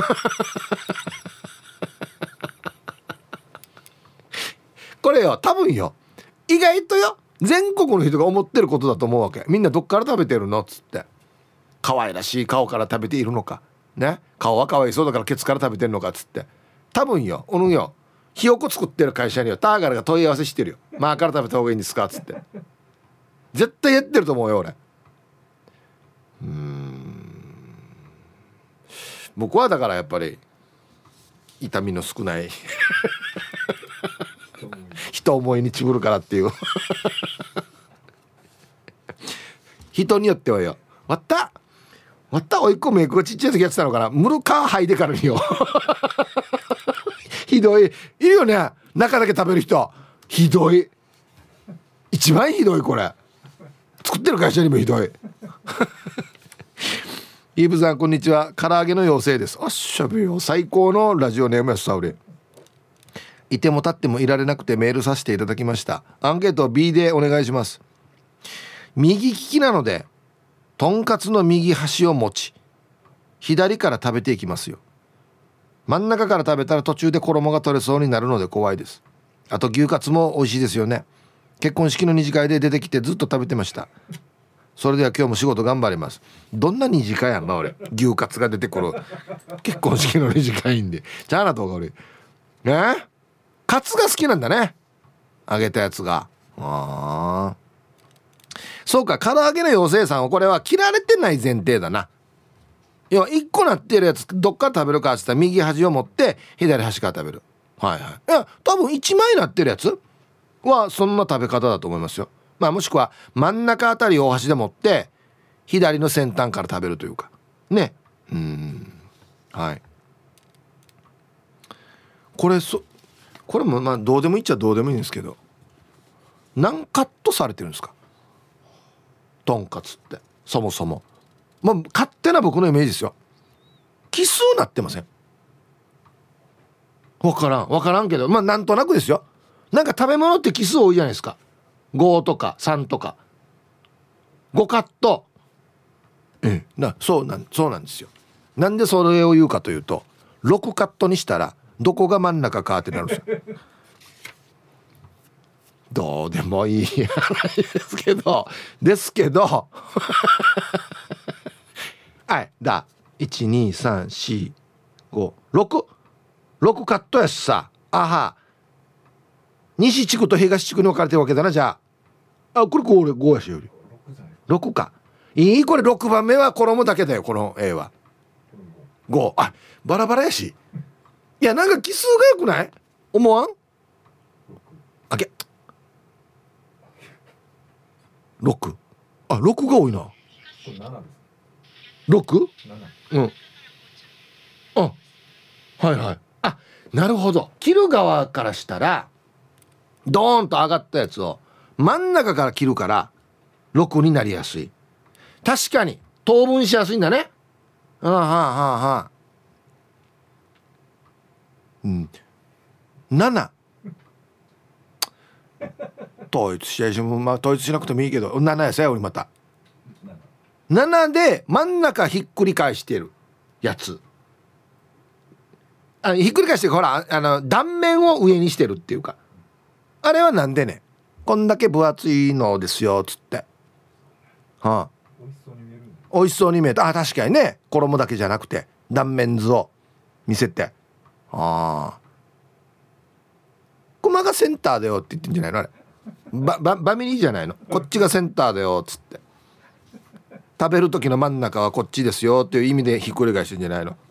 これよ多分よ意外とよ全国の人が思ってることだと思うわけ。みんなどっから食べてるのっつって、可愛らしい顔から食べているのかね、顔は可愛いそうだからケツから食べてるのかっつって、多分よひよこ作ってる会社にはターガルが問い合わせしてるよ。まあから食べた方がいいんですかっつって絶対やってると思うよ俺。僕はだからやっぱり痛みの少ない人思いにちぶるからっていう人によってはよ、割ったおいっ子めいっ子がちっちゃい時やってたのかな、ムルカー剥いでからによひどい、いるよね中だけ食べる人、ひどい、一番ひどい、これ作ってる会社にもひどいイーブさんこんにちは。唐揚げの妖精です。あっしゃべよ、最高のラジオネームやさうれ。いても立ってもいられなくてメールさせていただきました。アンケート B でお願いします。右利きなのでとんかつの右端を持ち左から食べていきますよ。 真ん中から食べたら途中で衣が取れそうになるので怖いです。あと牛カツも美味しいですよね。結婚式の二次会で出てきてずっと食べてました。それでは今日も仕事頑張ります。どんな二次会やんな俺。牛カツが出てくる結婚式の二次会んでじゃあなとが俺ね、カツが好きなんだね、揚げたやつが。ああ、そうか、唐揚げの妖精さんはこれは切られてない前提だな。要は1個なってるやつどっから食べるかって言ったら右端を持って左端から食べる。はいはい。いや多分1枚なってるやつはそんな食べ方だと思いますよ。まあもしくは真ん中あたりを大端で持って左の先端から食べるというかね。はい。これもまあどうでもいいっちゃどうでもいいんですけど、何カットされてるんですかとんかつって。そもそもまあ勝手な僕のイメージですよ。奇数なってません？わからんけど、まあなんとなくですよ。なんか食べ物って奇数多いじゃないですか。5とか3とか5カット。そうなんですよ。なんでそれを言うかというと、6カットにしたらどこが真ん中かってなるんですよ。どうでもいい話ですけどはいだ1234566カットやしさ、あは西地区と東地区に分かれてるわけだな。じゃあこれ5やしより6か。いい、これ6番目は衣だけだよ、この A は5。あ、バラバラやし。いやなんか奇数がよくない思わん？あけ6、あ6が多いな。6？ うん。あ、はいはい。あ、なるほど。切る側からしたらドーンと上がったやつを真ん中から切るから6になりやすい。確かに等分しやすいんだね。7統一しやしも、まあ統一しなくてもいいけど7やさや俺また7で真ん中ひっくり返してるやつ、ひっくり返してほら断面を上にしてるっていうか、あれはなんでね、こんだけ分厚いのですよつって、はあ、美味しそうに見えた。あ、確かにね、衣だけじゃなくて断面図を見せて、ああコマがセンターだよって言ってんじゃないのあれ。バミリじゃないの、こっちがセンターだよっつって、食べる時の真ん中はこっちですよっていう意味でひっくり返してんじゃないの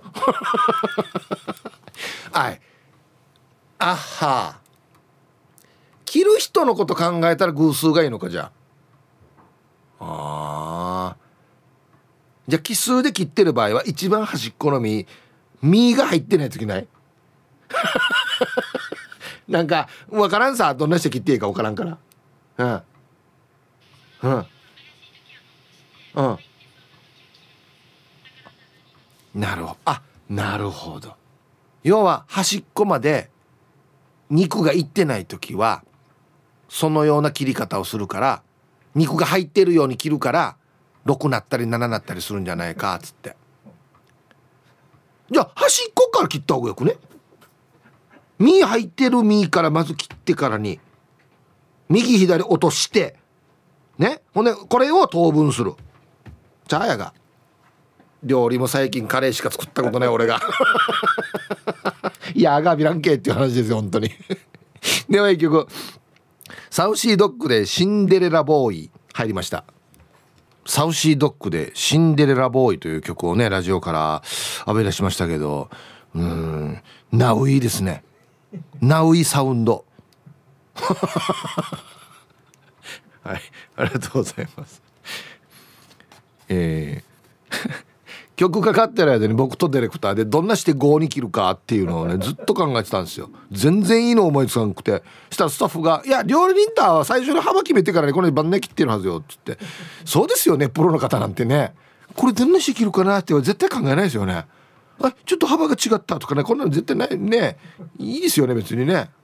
はい、あは切る人のこと考えたら偶数がいいのか。じゃあじゃあ奇数で切ってる場合は一番端っこの実が入ってない時ないなんか分からんさ、どんな人切っていいか分からんから。なるほど。要は端っこまで肉がいってない時はそのような切り方をするから、肉が入ってるように切るから6なったり7なったりするんじゃないかっつって。じゃあ端っこから切った方がよくね。身入ってる身からまず切ってからに右左落としてね、ほんでこれを等分する。じゃあやが料理も最近カレーしか作ったことない俺がいやがビランケーっていう話ですよ本当にでは一曲、サウシードッグでシンデレラボーイ入りました。サウシードッグでシンデレラボーイという曲をねラジオから浴び出しましたけど、ナウイですね。ナウイサウンドはい、ありがとうございます。曲かかってる間に僕とディレクターでどんなして5に切るかっていうのをねずっと考えてたんですよ。全然いいの思いつかなくて、したらスタッフが「いや料理人ターは最初に幅決めてからねこの番ね切ってるはずよ」っつって。そうですよね、プロの方なんてね、これどんなして切るかなって絶対考えないですよね。ちょっと幅が違ったとかね、こんなの絶対ないね。いいですよね別にね。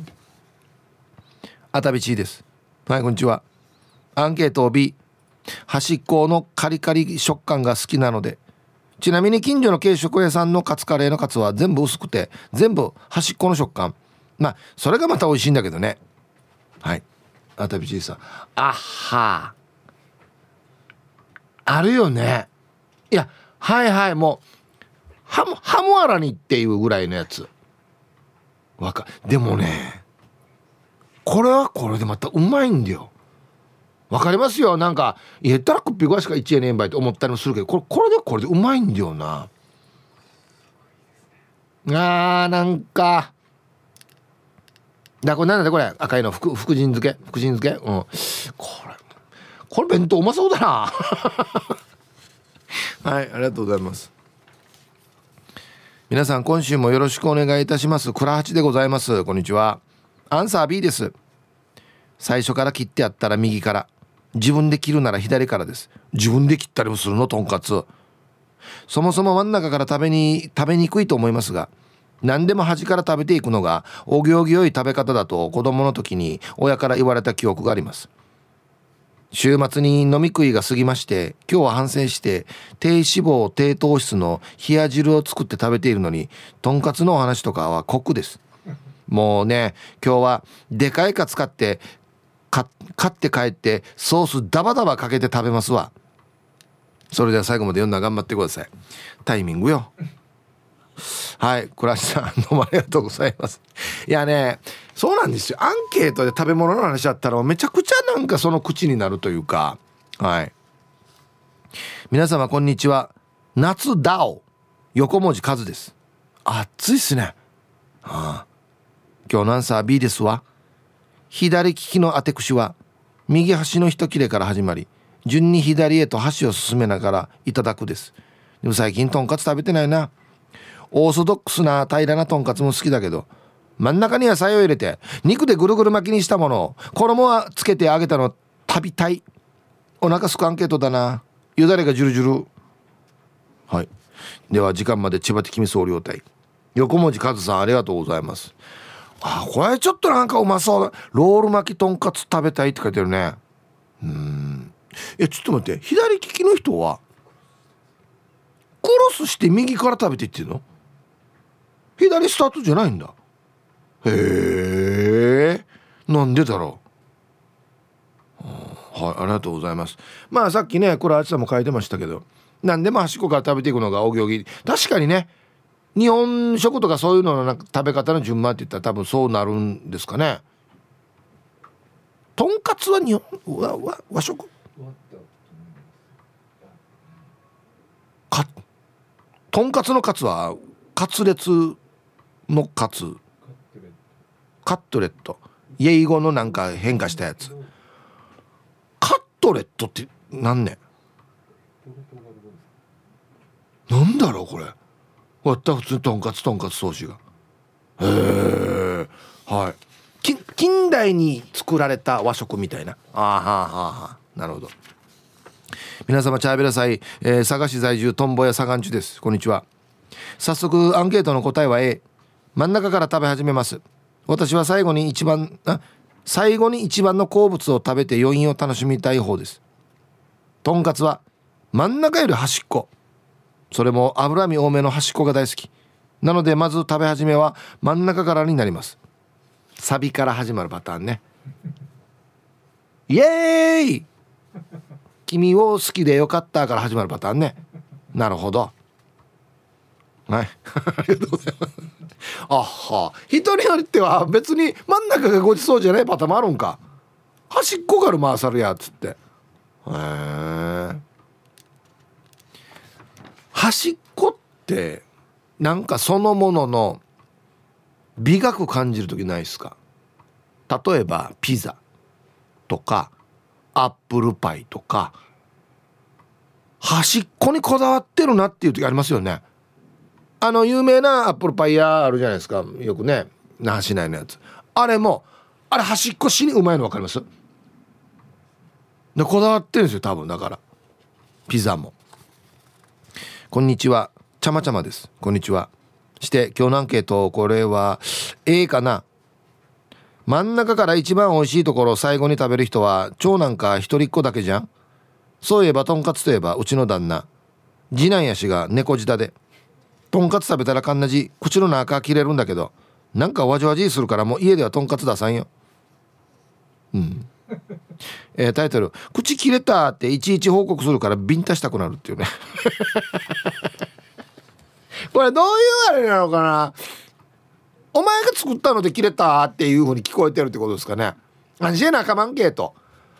あたびちーです。はい、こんにちは。アンケートを B、 端っこのカリカリ食感が好きなのでちなみに近所の軽食屋さんのカツカレーのカツは全部薄くて全部端っこの食感、まあそれがまた美味しいんだけどね。はい、あたびちいさん、あはあるよね。いや、はいはい、もうハムアラニっていうぐらいのやつでもね、これはこれでまたうまいんだよ。わかりますよ。なんか言ったらクッピー5しか1円ねんばいと思ったりもするけど、これでうまいんだよな。なんかこれなんだこれ、赤いの福神漬け、うん、これ弁当うまそうだなはい、ありがとうございます。皆さん今週もよろしくお願いいたします。倉八でございます。こんにちは。アンサー B です。最初から切ってやったら右から、自分で切るなら左からです。自分で切ったりもするの、とんかつ。そもそも真ん中から食べにくいと思いますが、何でも端から食べていくのがお行儀良い食べ方だと子供の時に親から言われた記憶があります。週末に飲み食いが過ぎまして、今日は反省して低脂肪低糖質の冷や汁を作って食べているのに、とんかつのお話とかは酷です。もうね、今日はでかいカツ買って帰ってソースダバダバかけて食べますわ。それでは最後まで読んだら頑張ってください。タイミングよ。はい、倉橋さんどうもありがとうございます。いやね、そうなんですよ。アンケートで食べ物の話だったらめちゃくちゃなんかその口になるというか。はい、皆様こんにちは。夏ダオ横文字数です。暑いっすね。今日のアンサー B ですわ。左利きの当て串は右端の一切れから始まり、順に左へと箸を進めながらいただくです。でも最近とんかつ食べてないな。オーソドックスな平らなとんかつも好きだけど、真ん中に野菜を入れて肉でぐるぐる巻きにしたものを衣はつけて揚げたの食べたい。お腹すくアンケートだな。よだれがジュルジュル。はい、では時間まで千葉的み総領隊横文字和さん、ありがとうございます。これちょっとなんかうまそうだ。ロール巻きとんかつ食べたいって書いてるね。ちょっと待って、左利きの人はクロスして右から食べていってるの？左スタートじゃないんだ。へえ、なんでだろう。はい、ありがとうございます。まあさっきね、これあちさんも書いてましたけど、何でも端っこから食べていくのがお行儀。確かにね、日本食とかそういうののなんか食べ方の順番って言ったら多分そうなるんですかね。とんかつは日本和食とんかつのカツはカツレツのカツ、カットレット、イエイ語のなんか変化したやつ。カットレットってなんね、なんだろうこれ。わった普通にとんかつソーシが。へえ、はい、近代に作られた和食みたいな。なるほど。皆様チャーベラ祭、佐賀市在住トンボやサガンチュです。こんにちは。早速アンケートの答えは A、 真ん中から食べ始めます。私は最後に一番の好物を食べて余韻を楽しみたい方です。とんかつは真ん中より端っこ、それも脂身多めの端っこが大好きなので、まず食べ始めは真ん中からになります。サビから始まるパターンね。イエーイ君を好きでよかったから始まるパターンね。なるほど。はい、ありがとうございます。人によっては別に真ん中がごちそうじゃないパターンもあるんか。端っこから回さるやつって。端っこってなんかそのものの美学感じるときないですか？例えばピザとかアップルパイとか、端っこにこだわってるなっていう時ありますよね。有名なアップルパイ屋あるじゃないですか、よくね、那覇市内のやつ。あれも端っこしにうまいの分かります？でこだわってるんですよ多分。だからピザも。こんにちは、ちゃまちゃまです。こんにちは。して今日のアンケート、これは A かな。真ん中から一番美味しいところを最後に食べる人は長男か一人っ子だけじゃん。そういえばとんかつといえばうちの旦那、 次男やしが猫舌で、とんかつ食べたらかんなじ口の中切れるんだけど、なんかわじわじするからもう家ではとんかつ出さんよ。タイトル、口切れたっていちいち報告するからビンタしたくなるっていうねこれどういうあれなのかな。お前が作ったので切れたっていう風に聞こえてるってことですかね。アンジェナカマンゲート、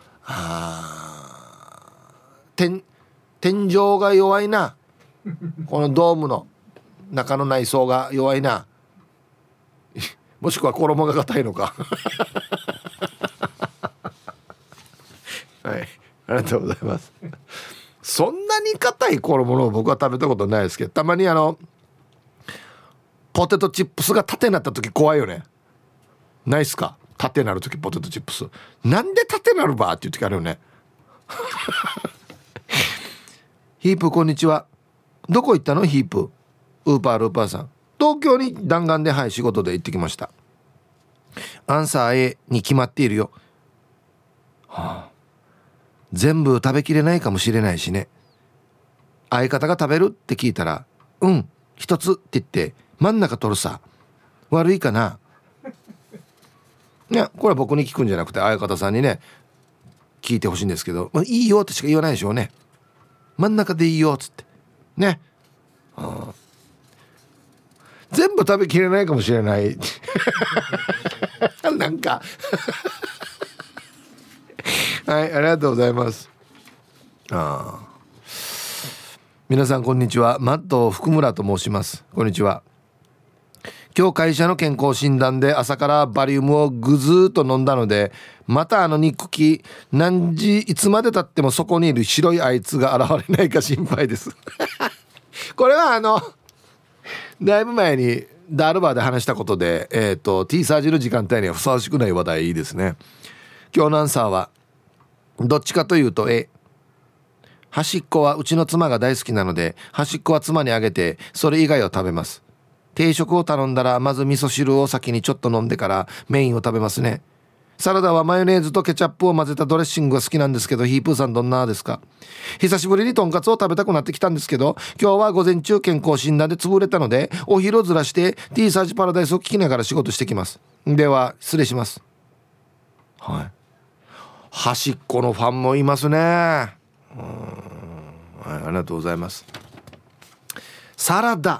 天井が弱いなこのドームの中の内装が弱いなもしくは衣が硬いのかはい、ありがとうございますそんなに硬い衣を僕は食べたことないですけど、たまにポテトチップスが縦になった時怖いよね。ないっすか？縦になる時ポテトチップスなんで縦になるばっていう時あるよねヒープこんにちは。どこ行ったのヒープ。ウーパールーパーさん、東京に弾丸で仕事で行ってきました。アンサー A に決まっているよ、全部食べきれないかもしれないしね。相方が食べるって聞いたら一つって言って真ん中取るさ。悪いかな。いやこれは僕に聞くんじゃなくて相方さんにね聞いてほしいんですけど、いいよとしか言わないでしょうね。真ん中でいいよっつってね。全部食べきれないかもしれないなんかはい、ありがとうございます。皆さんこんにちは。マット福村と申します。こんにちは。今日会社の健康診断で朝からバリウムをぐずーっと飲んだので、また肉気いつまで経ってもそこにいる白いあいつが現れないか心配ですこれはだいぶ前にダールバーで話したことで、T サージの時間帯にはふさわしくない話題いいですね。今日のアンサーはどっちかというと端っこはうちの妻が大好きなので端っこは妻にあげてそれ以外を食べます。定食を頼んだらまず味噌汁を先にちょっと飲んでからメインを食べますね。サラダはマヨネーズとケチャップを混ぜたドレッシングが好きなんですけど、ヒープーさんどんなですか？久しぶりにとんかつを食べたくなってきたんですけど、今日は午前中健康診断で潰れたのでお昼をずらして T サージパラダイスを聞きながら仕事してきます。では失礼します。はい、端っこのファンもいますね。はい、ありがとうございます。サラダ、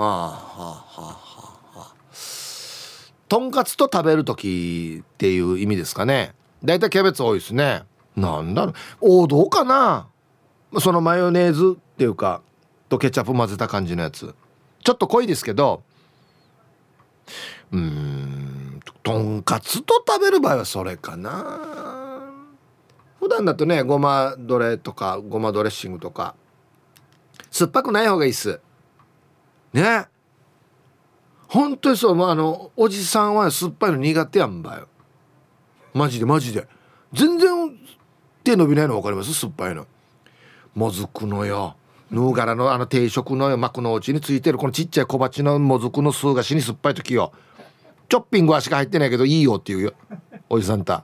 とんかつと食べる時っていう意味ですかね。だいたいキャベツ多いですね。なんだろう、王道かな。そのマヨネーズっていうかとケチャップ混ぜた感じのやつ、ちょっと濃いですけど、とんかつと食べる場合はそれかな。普段だとねごまドレとかごまドレッシングとか酸っぱくない方がいいっすね。本当にそう、おじさんは酸っぱいの苦手やんばよ。マジで全然手伸びないの分かります？酸っぱいのもずくのよ、ヌーガラの定食のよ、幕の内についてるこのちっちゃい小鉢のもずくの酢が死に酸っぱい時よ、チョッピングはしか入ってないけどいいよっていうよおじさんた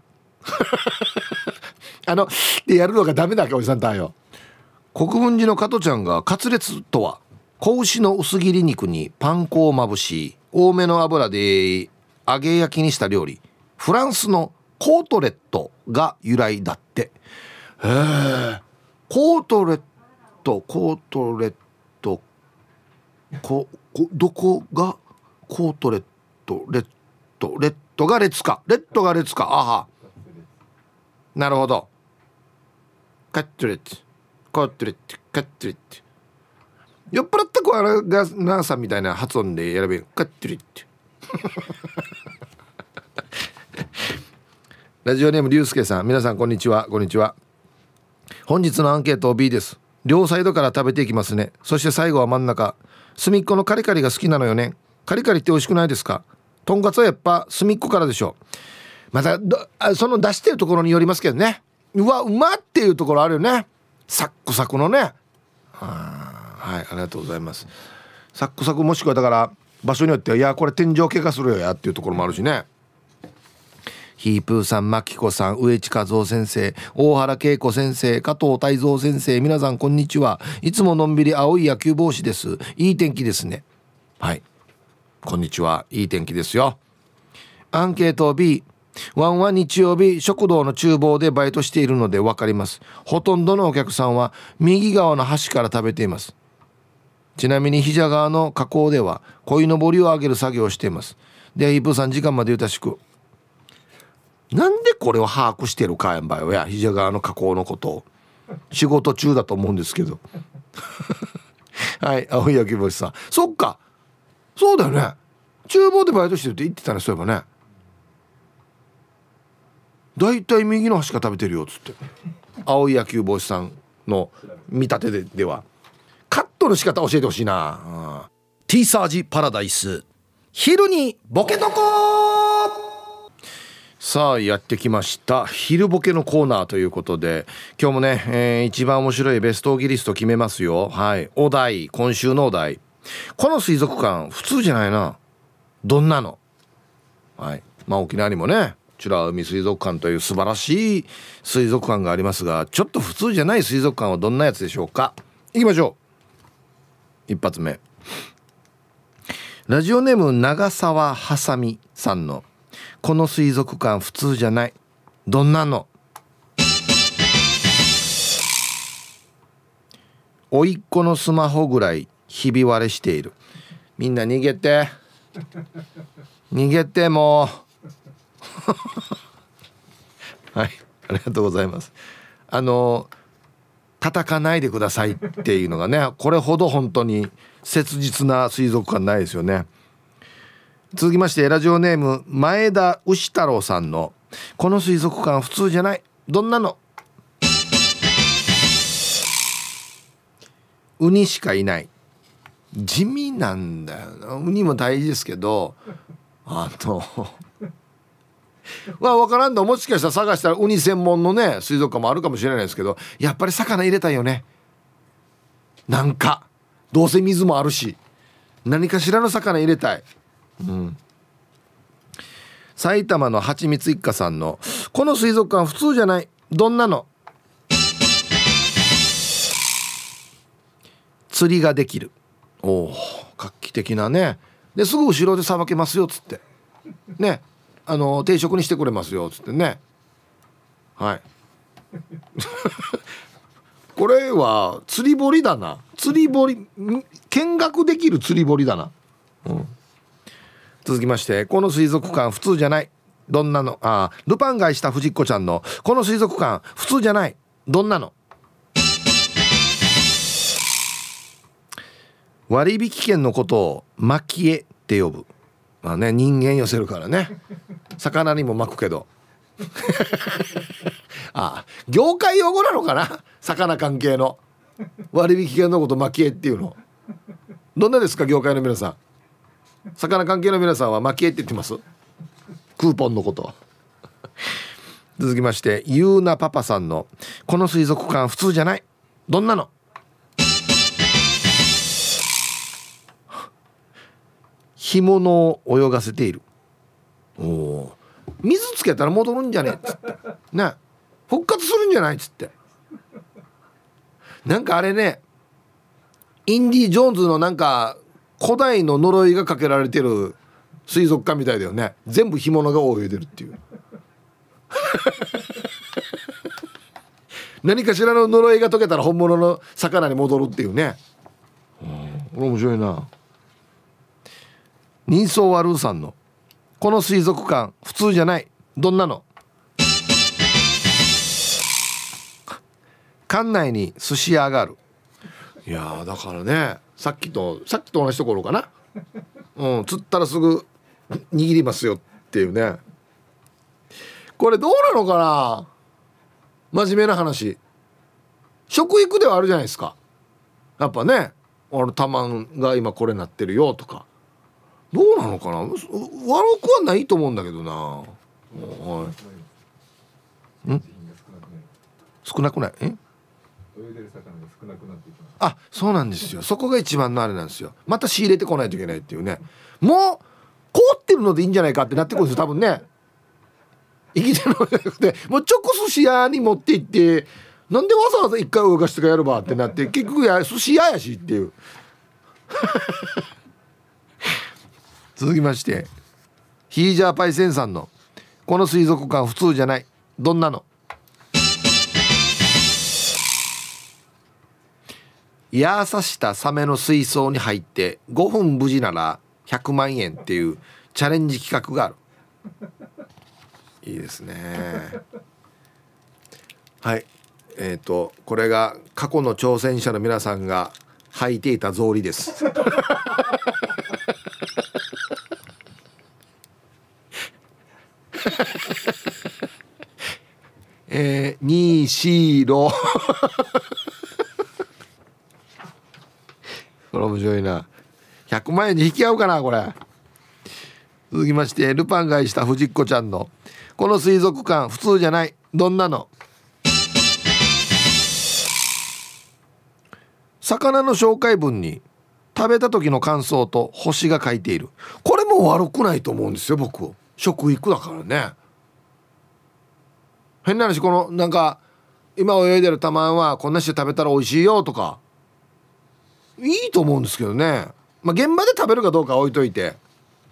でやるのがダメだけおじさんたよ。国分寺の加トちゃんがカツレツとは子牛の薄切り肉にパン粉をまぶし多めの油で揚げ焼きにした料理、フランスのコートレットが由来だって。へえ、コートレットどこがコートレットレッドが列かあは、なるほど。カットレットコートレットカットレット、酔っ払った子はがナさんみたいな発音で選べる。カットレットラジオネームりゅうすけさん、皆さんこんにちは。本日のアンケート B です。両サイドから食べていきますね。そして最後は真ん中、隅っこのカリカリが好きなのよね。カリカリって美味しくないですか？とんかつはやっぱ隅っこからでしょ。またその出してるところによりますけどね。うまっていうところあるよね。サックサクのね。はい、ありがとうございます。サックサクもしくはだから場所によってはいやこれ天井怪我するよやっていうところもあるしね。 ヒープーさん、マキコさん、植地和夫先生、大原恵子先生、加藤泰造先生、皆さんこんにちは。いつものんびり青い野球帽子です。いい天気ですね。はい、こんにちは。いい天気ですよ。アンケート B、 ワンは日曜日食堂の厨房でバイトしているので分かります。ほとんどのお客さんは右側の端から食べています。ちなみに膝側の河口では鯉のぼりを上げる作業をしています。で、ヒープーさん、時間までゆたしく。なんでこれを把握してるかやんばよや、膝側の河口のことを。仕事中だと思うんですけどはい、青い焼き星さん、そっか、そうだよね、厨房でバイトしてるって言ってたね。そういえばね、だいたい右の端から食べてるよっつって、青い野球帽子さんの見立て ではカットの仕方教えてほしいな。ティーサージパラダイス、昼にボケとこ。さあやってきました、昼ボケのコーナーということで、今日もね、一番面白いベストオギリスト決めますよ。はい、お題、今週のお題、この水族館普通じゃないな、どんなの。はい、まあ沖縄にもね、美ら海水族館という素晴らしい水族館がありますが、ちょっと普通じゃない水族館はどんなやつでしょうか。いきましょう。一発目、ラジオネーム長澤はさみさんの、この水族館普通じゃない、どんなの。おいっ子のスマホぐらいひび割れしている。みんな逃げて逃げて、もうはい、ありがとうございます。叩かないでくださいっていうのがね、これほど本当に切実な水族館ないですよね。続きまして、ラジオネーム前田牛太郎さんの、この水族館普通じゃない、どんなの。ウニしかいない。地味なんだよな。ウニも大事ですけど、分からんの、もしかしたら探したらウニ専門のね水族館もあるかもしれないですけど、やっぱり魚入れたいよね。なんかどうせ水もあるし、何かしらの魚入れたい。埼玉のはちみつ一家さんの、この水族館普通じゃない、どんなの。釣りができる。おお、画期的なね。ですぐ後ろでさばけますよっつってね、定食にしてくれますよっつってね。はいこれは釣り堀だな。釣り堀、見学できる釣り堀だな。続きまして、この水族館普通じゃない、どんなの。ルパン買いした藤子ちゃんの、この水族館普通じゃない、どんなの。割引券のことを蒔絵って呼ぶ。まあね、人間寄せるからね、魚にも巻くけど業界用語なのかな、魚関係の割引券のこと蒔絵っていうの。どんなですか、業界の皆さん。魚関係の皆さんは蒔絵って言ってます？クーポンのこと続きまして、ゆうなパパさんの、この水族館普通じゃない、どんなの。干物を泳がせている。水つけたら戻るんじゃねえっつってね、復活するんじゃないっつって。なんかあれね、インディ・ジョーンズのなんか古代の呪いがかけられてる水族館みたいだよね。全部干物が泳いでるっていう何かしらの呪いが解けたら本物の魚に戻るっていうね。これ面白いな。人相悪うさんの、この水族館普通じゃない、どんなの。館内に寿司屋がある。いやだからね、さっきと同じところかな。釣ったらすぐ握りますよっていうね。これどうなのかな、真面目な話。食育ではあるじゃないですか、やっぱね。タマンが今これなってるよとか、どうなのかな。悪くはないと思うんだけどな。はい、少なくない？そうなんですよ。そこが一番のあれなんですよ。また仕入れてこないといけないっていうね。もう凍ってるのでいいんじゃないかってなってくるんですよ多分ね。 生きてるのじゃなくてもう直寿司屋に持って行ってなんでわざわざ一回泳がしてかやるばってなって結局寿司屋やしっていう続きましてヒージャーパイセンさんのこの水族館普通じゃないどんなの。矢刺したサメの水槽に入って5分無事なら100万円っていうチャレンジ企画がある。いいですね。はい、これが過去の挑戦者の皆さんが履いていた草履ですニーシーロこれ面白いな。100万円に引き合うかなこれ。続きましてルパン買いした藤子ちゃんのこの水族館普通じゃないどんなの。魚の紹介文に食べた時の感想と星が書いている。これも悪くないと思うんですよ僕。食育だからね。変な話このなんか今泳いでるタマンはこんなして食べたら美味しいよとかいいと思うんですけどね。まあ現場で食べるかどうかは置いといて、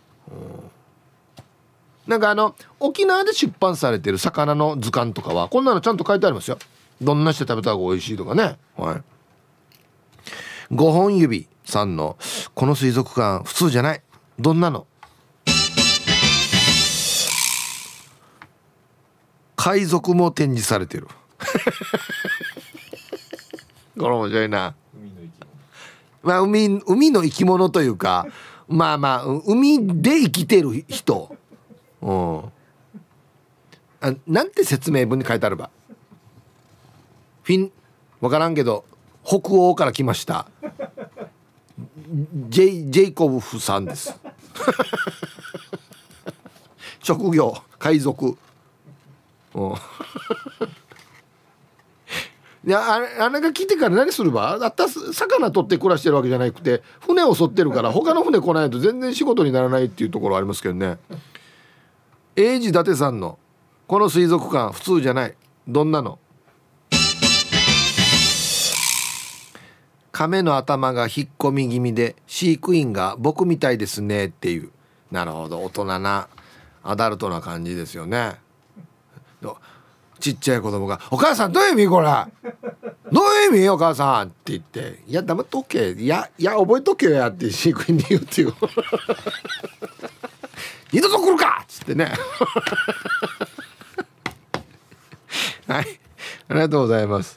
なんか沖縄で出版されてる魚の図鑑とかはこんなのちゃんと書いてありますよ。どんなして食べた方が美味しいとかね。はい。5本指さんのこの水族館普通じゃないどんなの。海賊も展示されてるこれ面白いな。まあ海の生き物というかまあまあ海で生きてる人、なんて説明文に書いてあればわからんけど北欧から来ましたジェイコブフさんです職業海賊いやあれが来てから何すればだったら魚取って暮らしてるわけじゃなくて船を沿ってるから他の船来ないと全然仕事にならないっていうところありますけどね。英治伊達さんのこの水族館普通じゃないどんなの。亀の頭が引っ込み気味で飼育員が僕みたいですねっていう。なるほど大人なアダルトな感じですよね。ちっちゃい子供がお母さんどういう意味これどういう意味お母さんって言っていや黙っとけいや覚えとけよやって飼育員に言うっていう二度と来るかっつってねはいありがとうございます。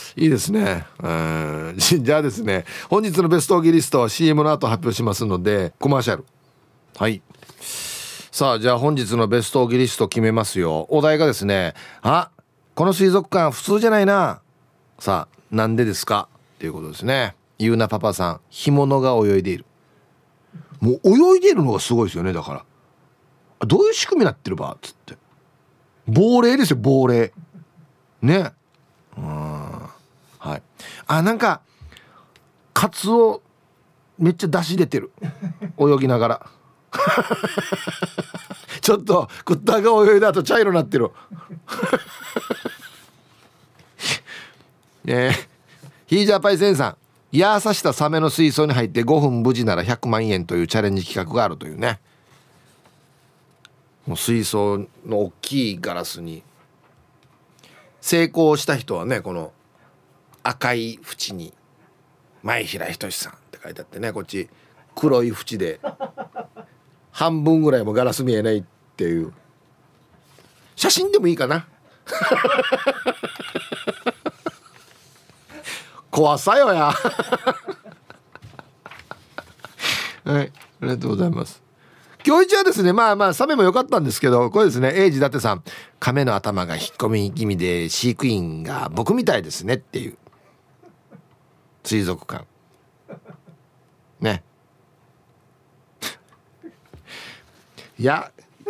いいですね。じゃあですね本日のベストオギリストは CM の後発表しますのでコマーシャル。はい、さあじゃあ本日のベストオギリスト決めますよ。お題がですねこの水族館普通じゃないな。さあなんでですかっていうことですね。ゆうなパパさん干物が泳いでいる。もう泳いでいるのがすごいですよね。だからどういう仕組みになってるばっつって亡霊ですよ亡霊ね。はいなんかカツオめっちゃ出汁出てる泳ぎながらちょっとクッターが泳いだ後茶色になってるヒージャーパイセンさん矢刺したサメの水槽に入って5分無事なら100万円というチャレンジ企画があるというね。もう水槽の大きいガラスに成功した人はねこの赤い縁に前平仁さんって書いてあってねこっち黒い縁で半分ぐらいもガラス見えないっていう写真でもいいかな怖さよやはいありがとうございます。今日一はですねまあサメも良かったんですけどこれですね英治伊達さん亀の頭が引っ込み気味で飼育員が僕みたいですねっていう水族館ねいや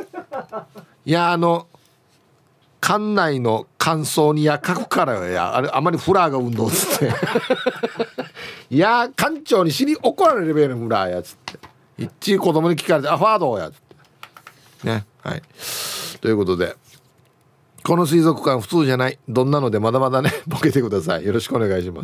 館内の感想に書くからよあまりフラーが運動っつっていや館長に怒られるべるフラーやつって一子供に聞かれてファードやつってね。はいということでこの水族館普通じゃない、どんなのでまだまだねボケてください。よろしくお願いします。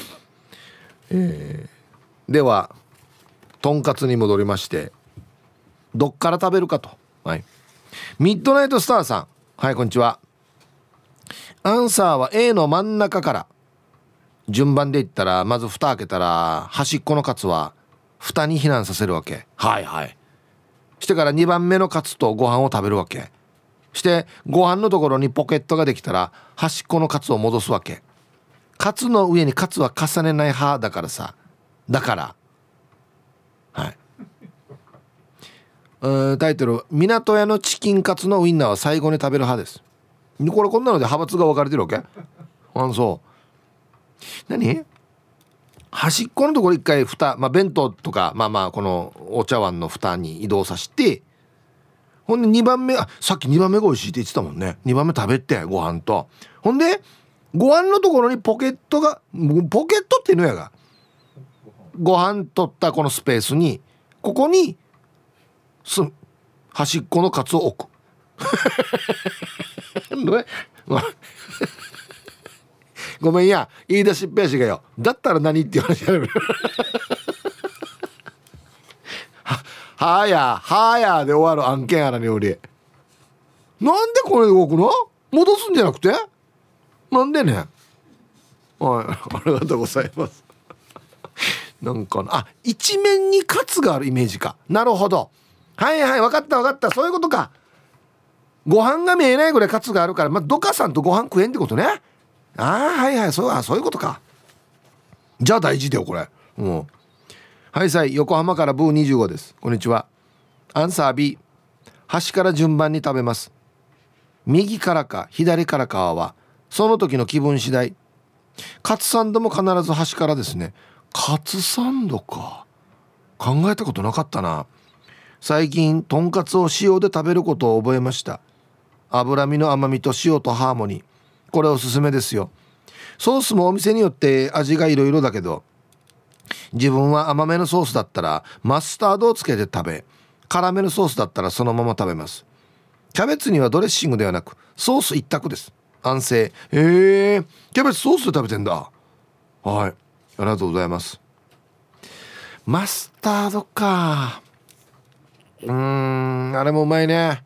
ではとんかつに戻りまして、どっから食べるかと。はい、ミッドナイトスターさん、はい、こんにちは。アンサーは A の真ん中から。順番で言ったら、まず蓋開けたら端っこのカツは蓋に避難させるわけ。はいはい。してから2番目のカツとご飯を食べるわけ。してご飯のところにポケットができたら端っこのカツを戻すわけ。カツの上にカツは重ねない派だからさ。だからはい。タイトル、港屋のチキンカツのウインナーは最後に食べる派です。これこんなので派閥が分かれてるわけ。そう何、端っこのところ一回蓋、弁当とかこのお茶碗の蓋に移動させて、ほんで2番目、さっき2番目が美味しいって言ってたもんね。2番目食べてご飯と、ほんでご飯のところにポケットっていうのやが、ご飯取ったこのスペースに、ここに端っこのカツを置くごめんや、言い出しっぺやしがよ。だったら何っていう話やるはやで終わる案件やらにより、なんでこれ動くの？戻すんじゃなくてなんでね。はい、ありがとうございますなんか一面にカツがあるイメージか。なるほど、はいはい、分かった、そういうことか。ご飯が見えないぐらいカツがあるから、どかさんとご飯食えんってことね。はいはい、そういうことか。じゃあ大事だよこれ。はいさい、横浜からブー25です。こんにちは。アンサー B、 端から順番に食べます。右からか左からかはその時の気分次第。カツサンドも必ず端からですね。カツサンドか、考えたことなかったな。最近とんかつを塩で食べることを覚えました。脂身の甘みと塩とハーモニー、これおすすめですよ。ソースもお店によって味がいろいろだけど、自分は甘めのソースだったらマスタードをつけて食べ、辛めのソースだったらそのまま食べます。キャベツにはドレッシングではなくソース一択です。安静。キャベツソースで食べてんだ。はい、ありがとうございます。マスタードか。あれもうまいね。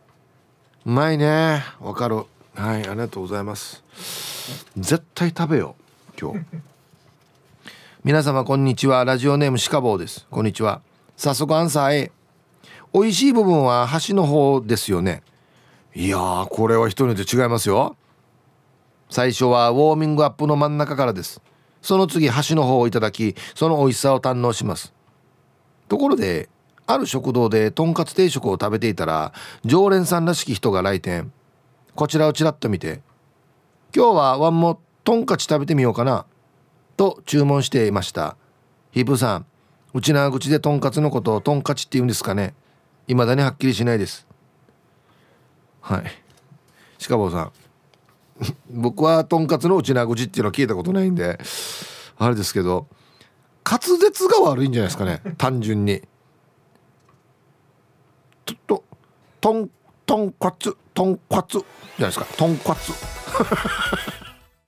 わかる。はい、ありがとうございます。絶対食べよう今日皆様こんにちは。ラジオネームシカボーです。こんにちは。早速アンサー A、 美味しい部分は端の方ですよね。いやー、これは人によって違いますよ。最初はウォーミングアップの真ん中からです。その次端の方をいただき、その美味しさを堪能します。ところである食堂でとんかつ定食を食べていたら、常連さんらしき人が来店。こちらをちらっと見て、今日はワンもとんかち食べてみようかなと注文していました。ヒープさん、うちな口でとんかつのことをとんかちって言うんですかね。未だにはっきりしないです。はい、鹿坊さん僕はとんかつのうちな口っていうのは聞いたことないんであれですけど、滑舌が悪いんじゃないですかね、単純に。とんかつじゃないですか、とんかつ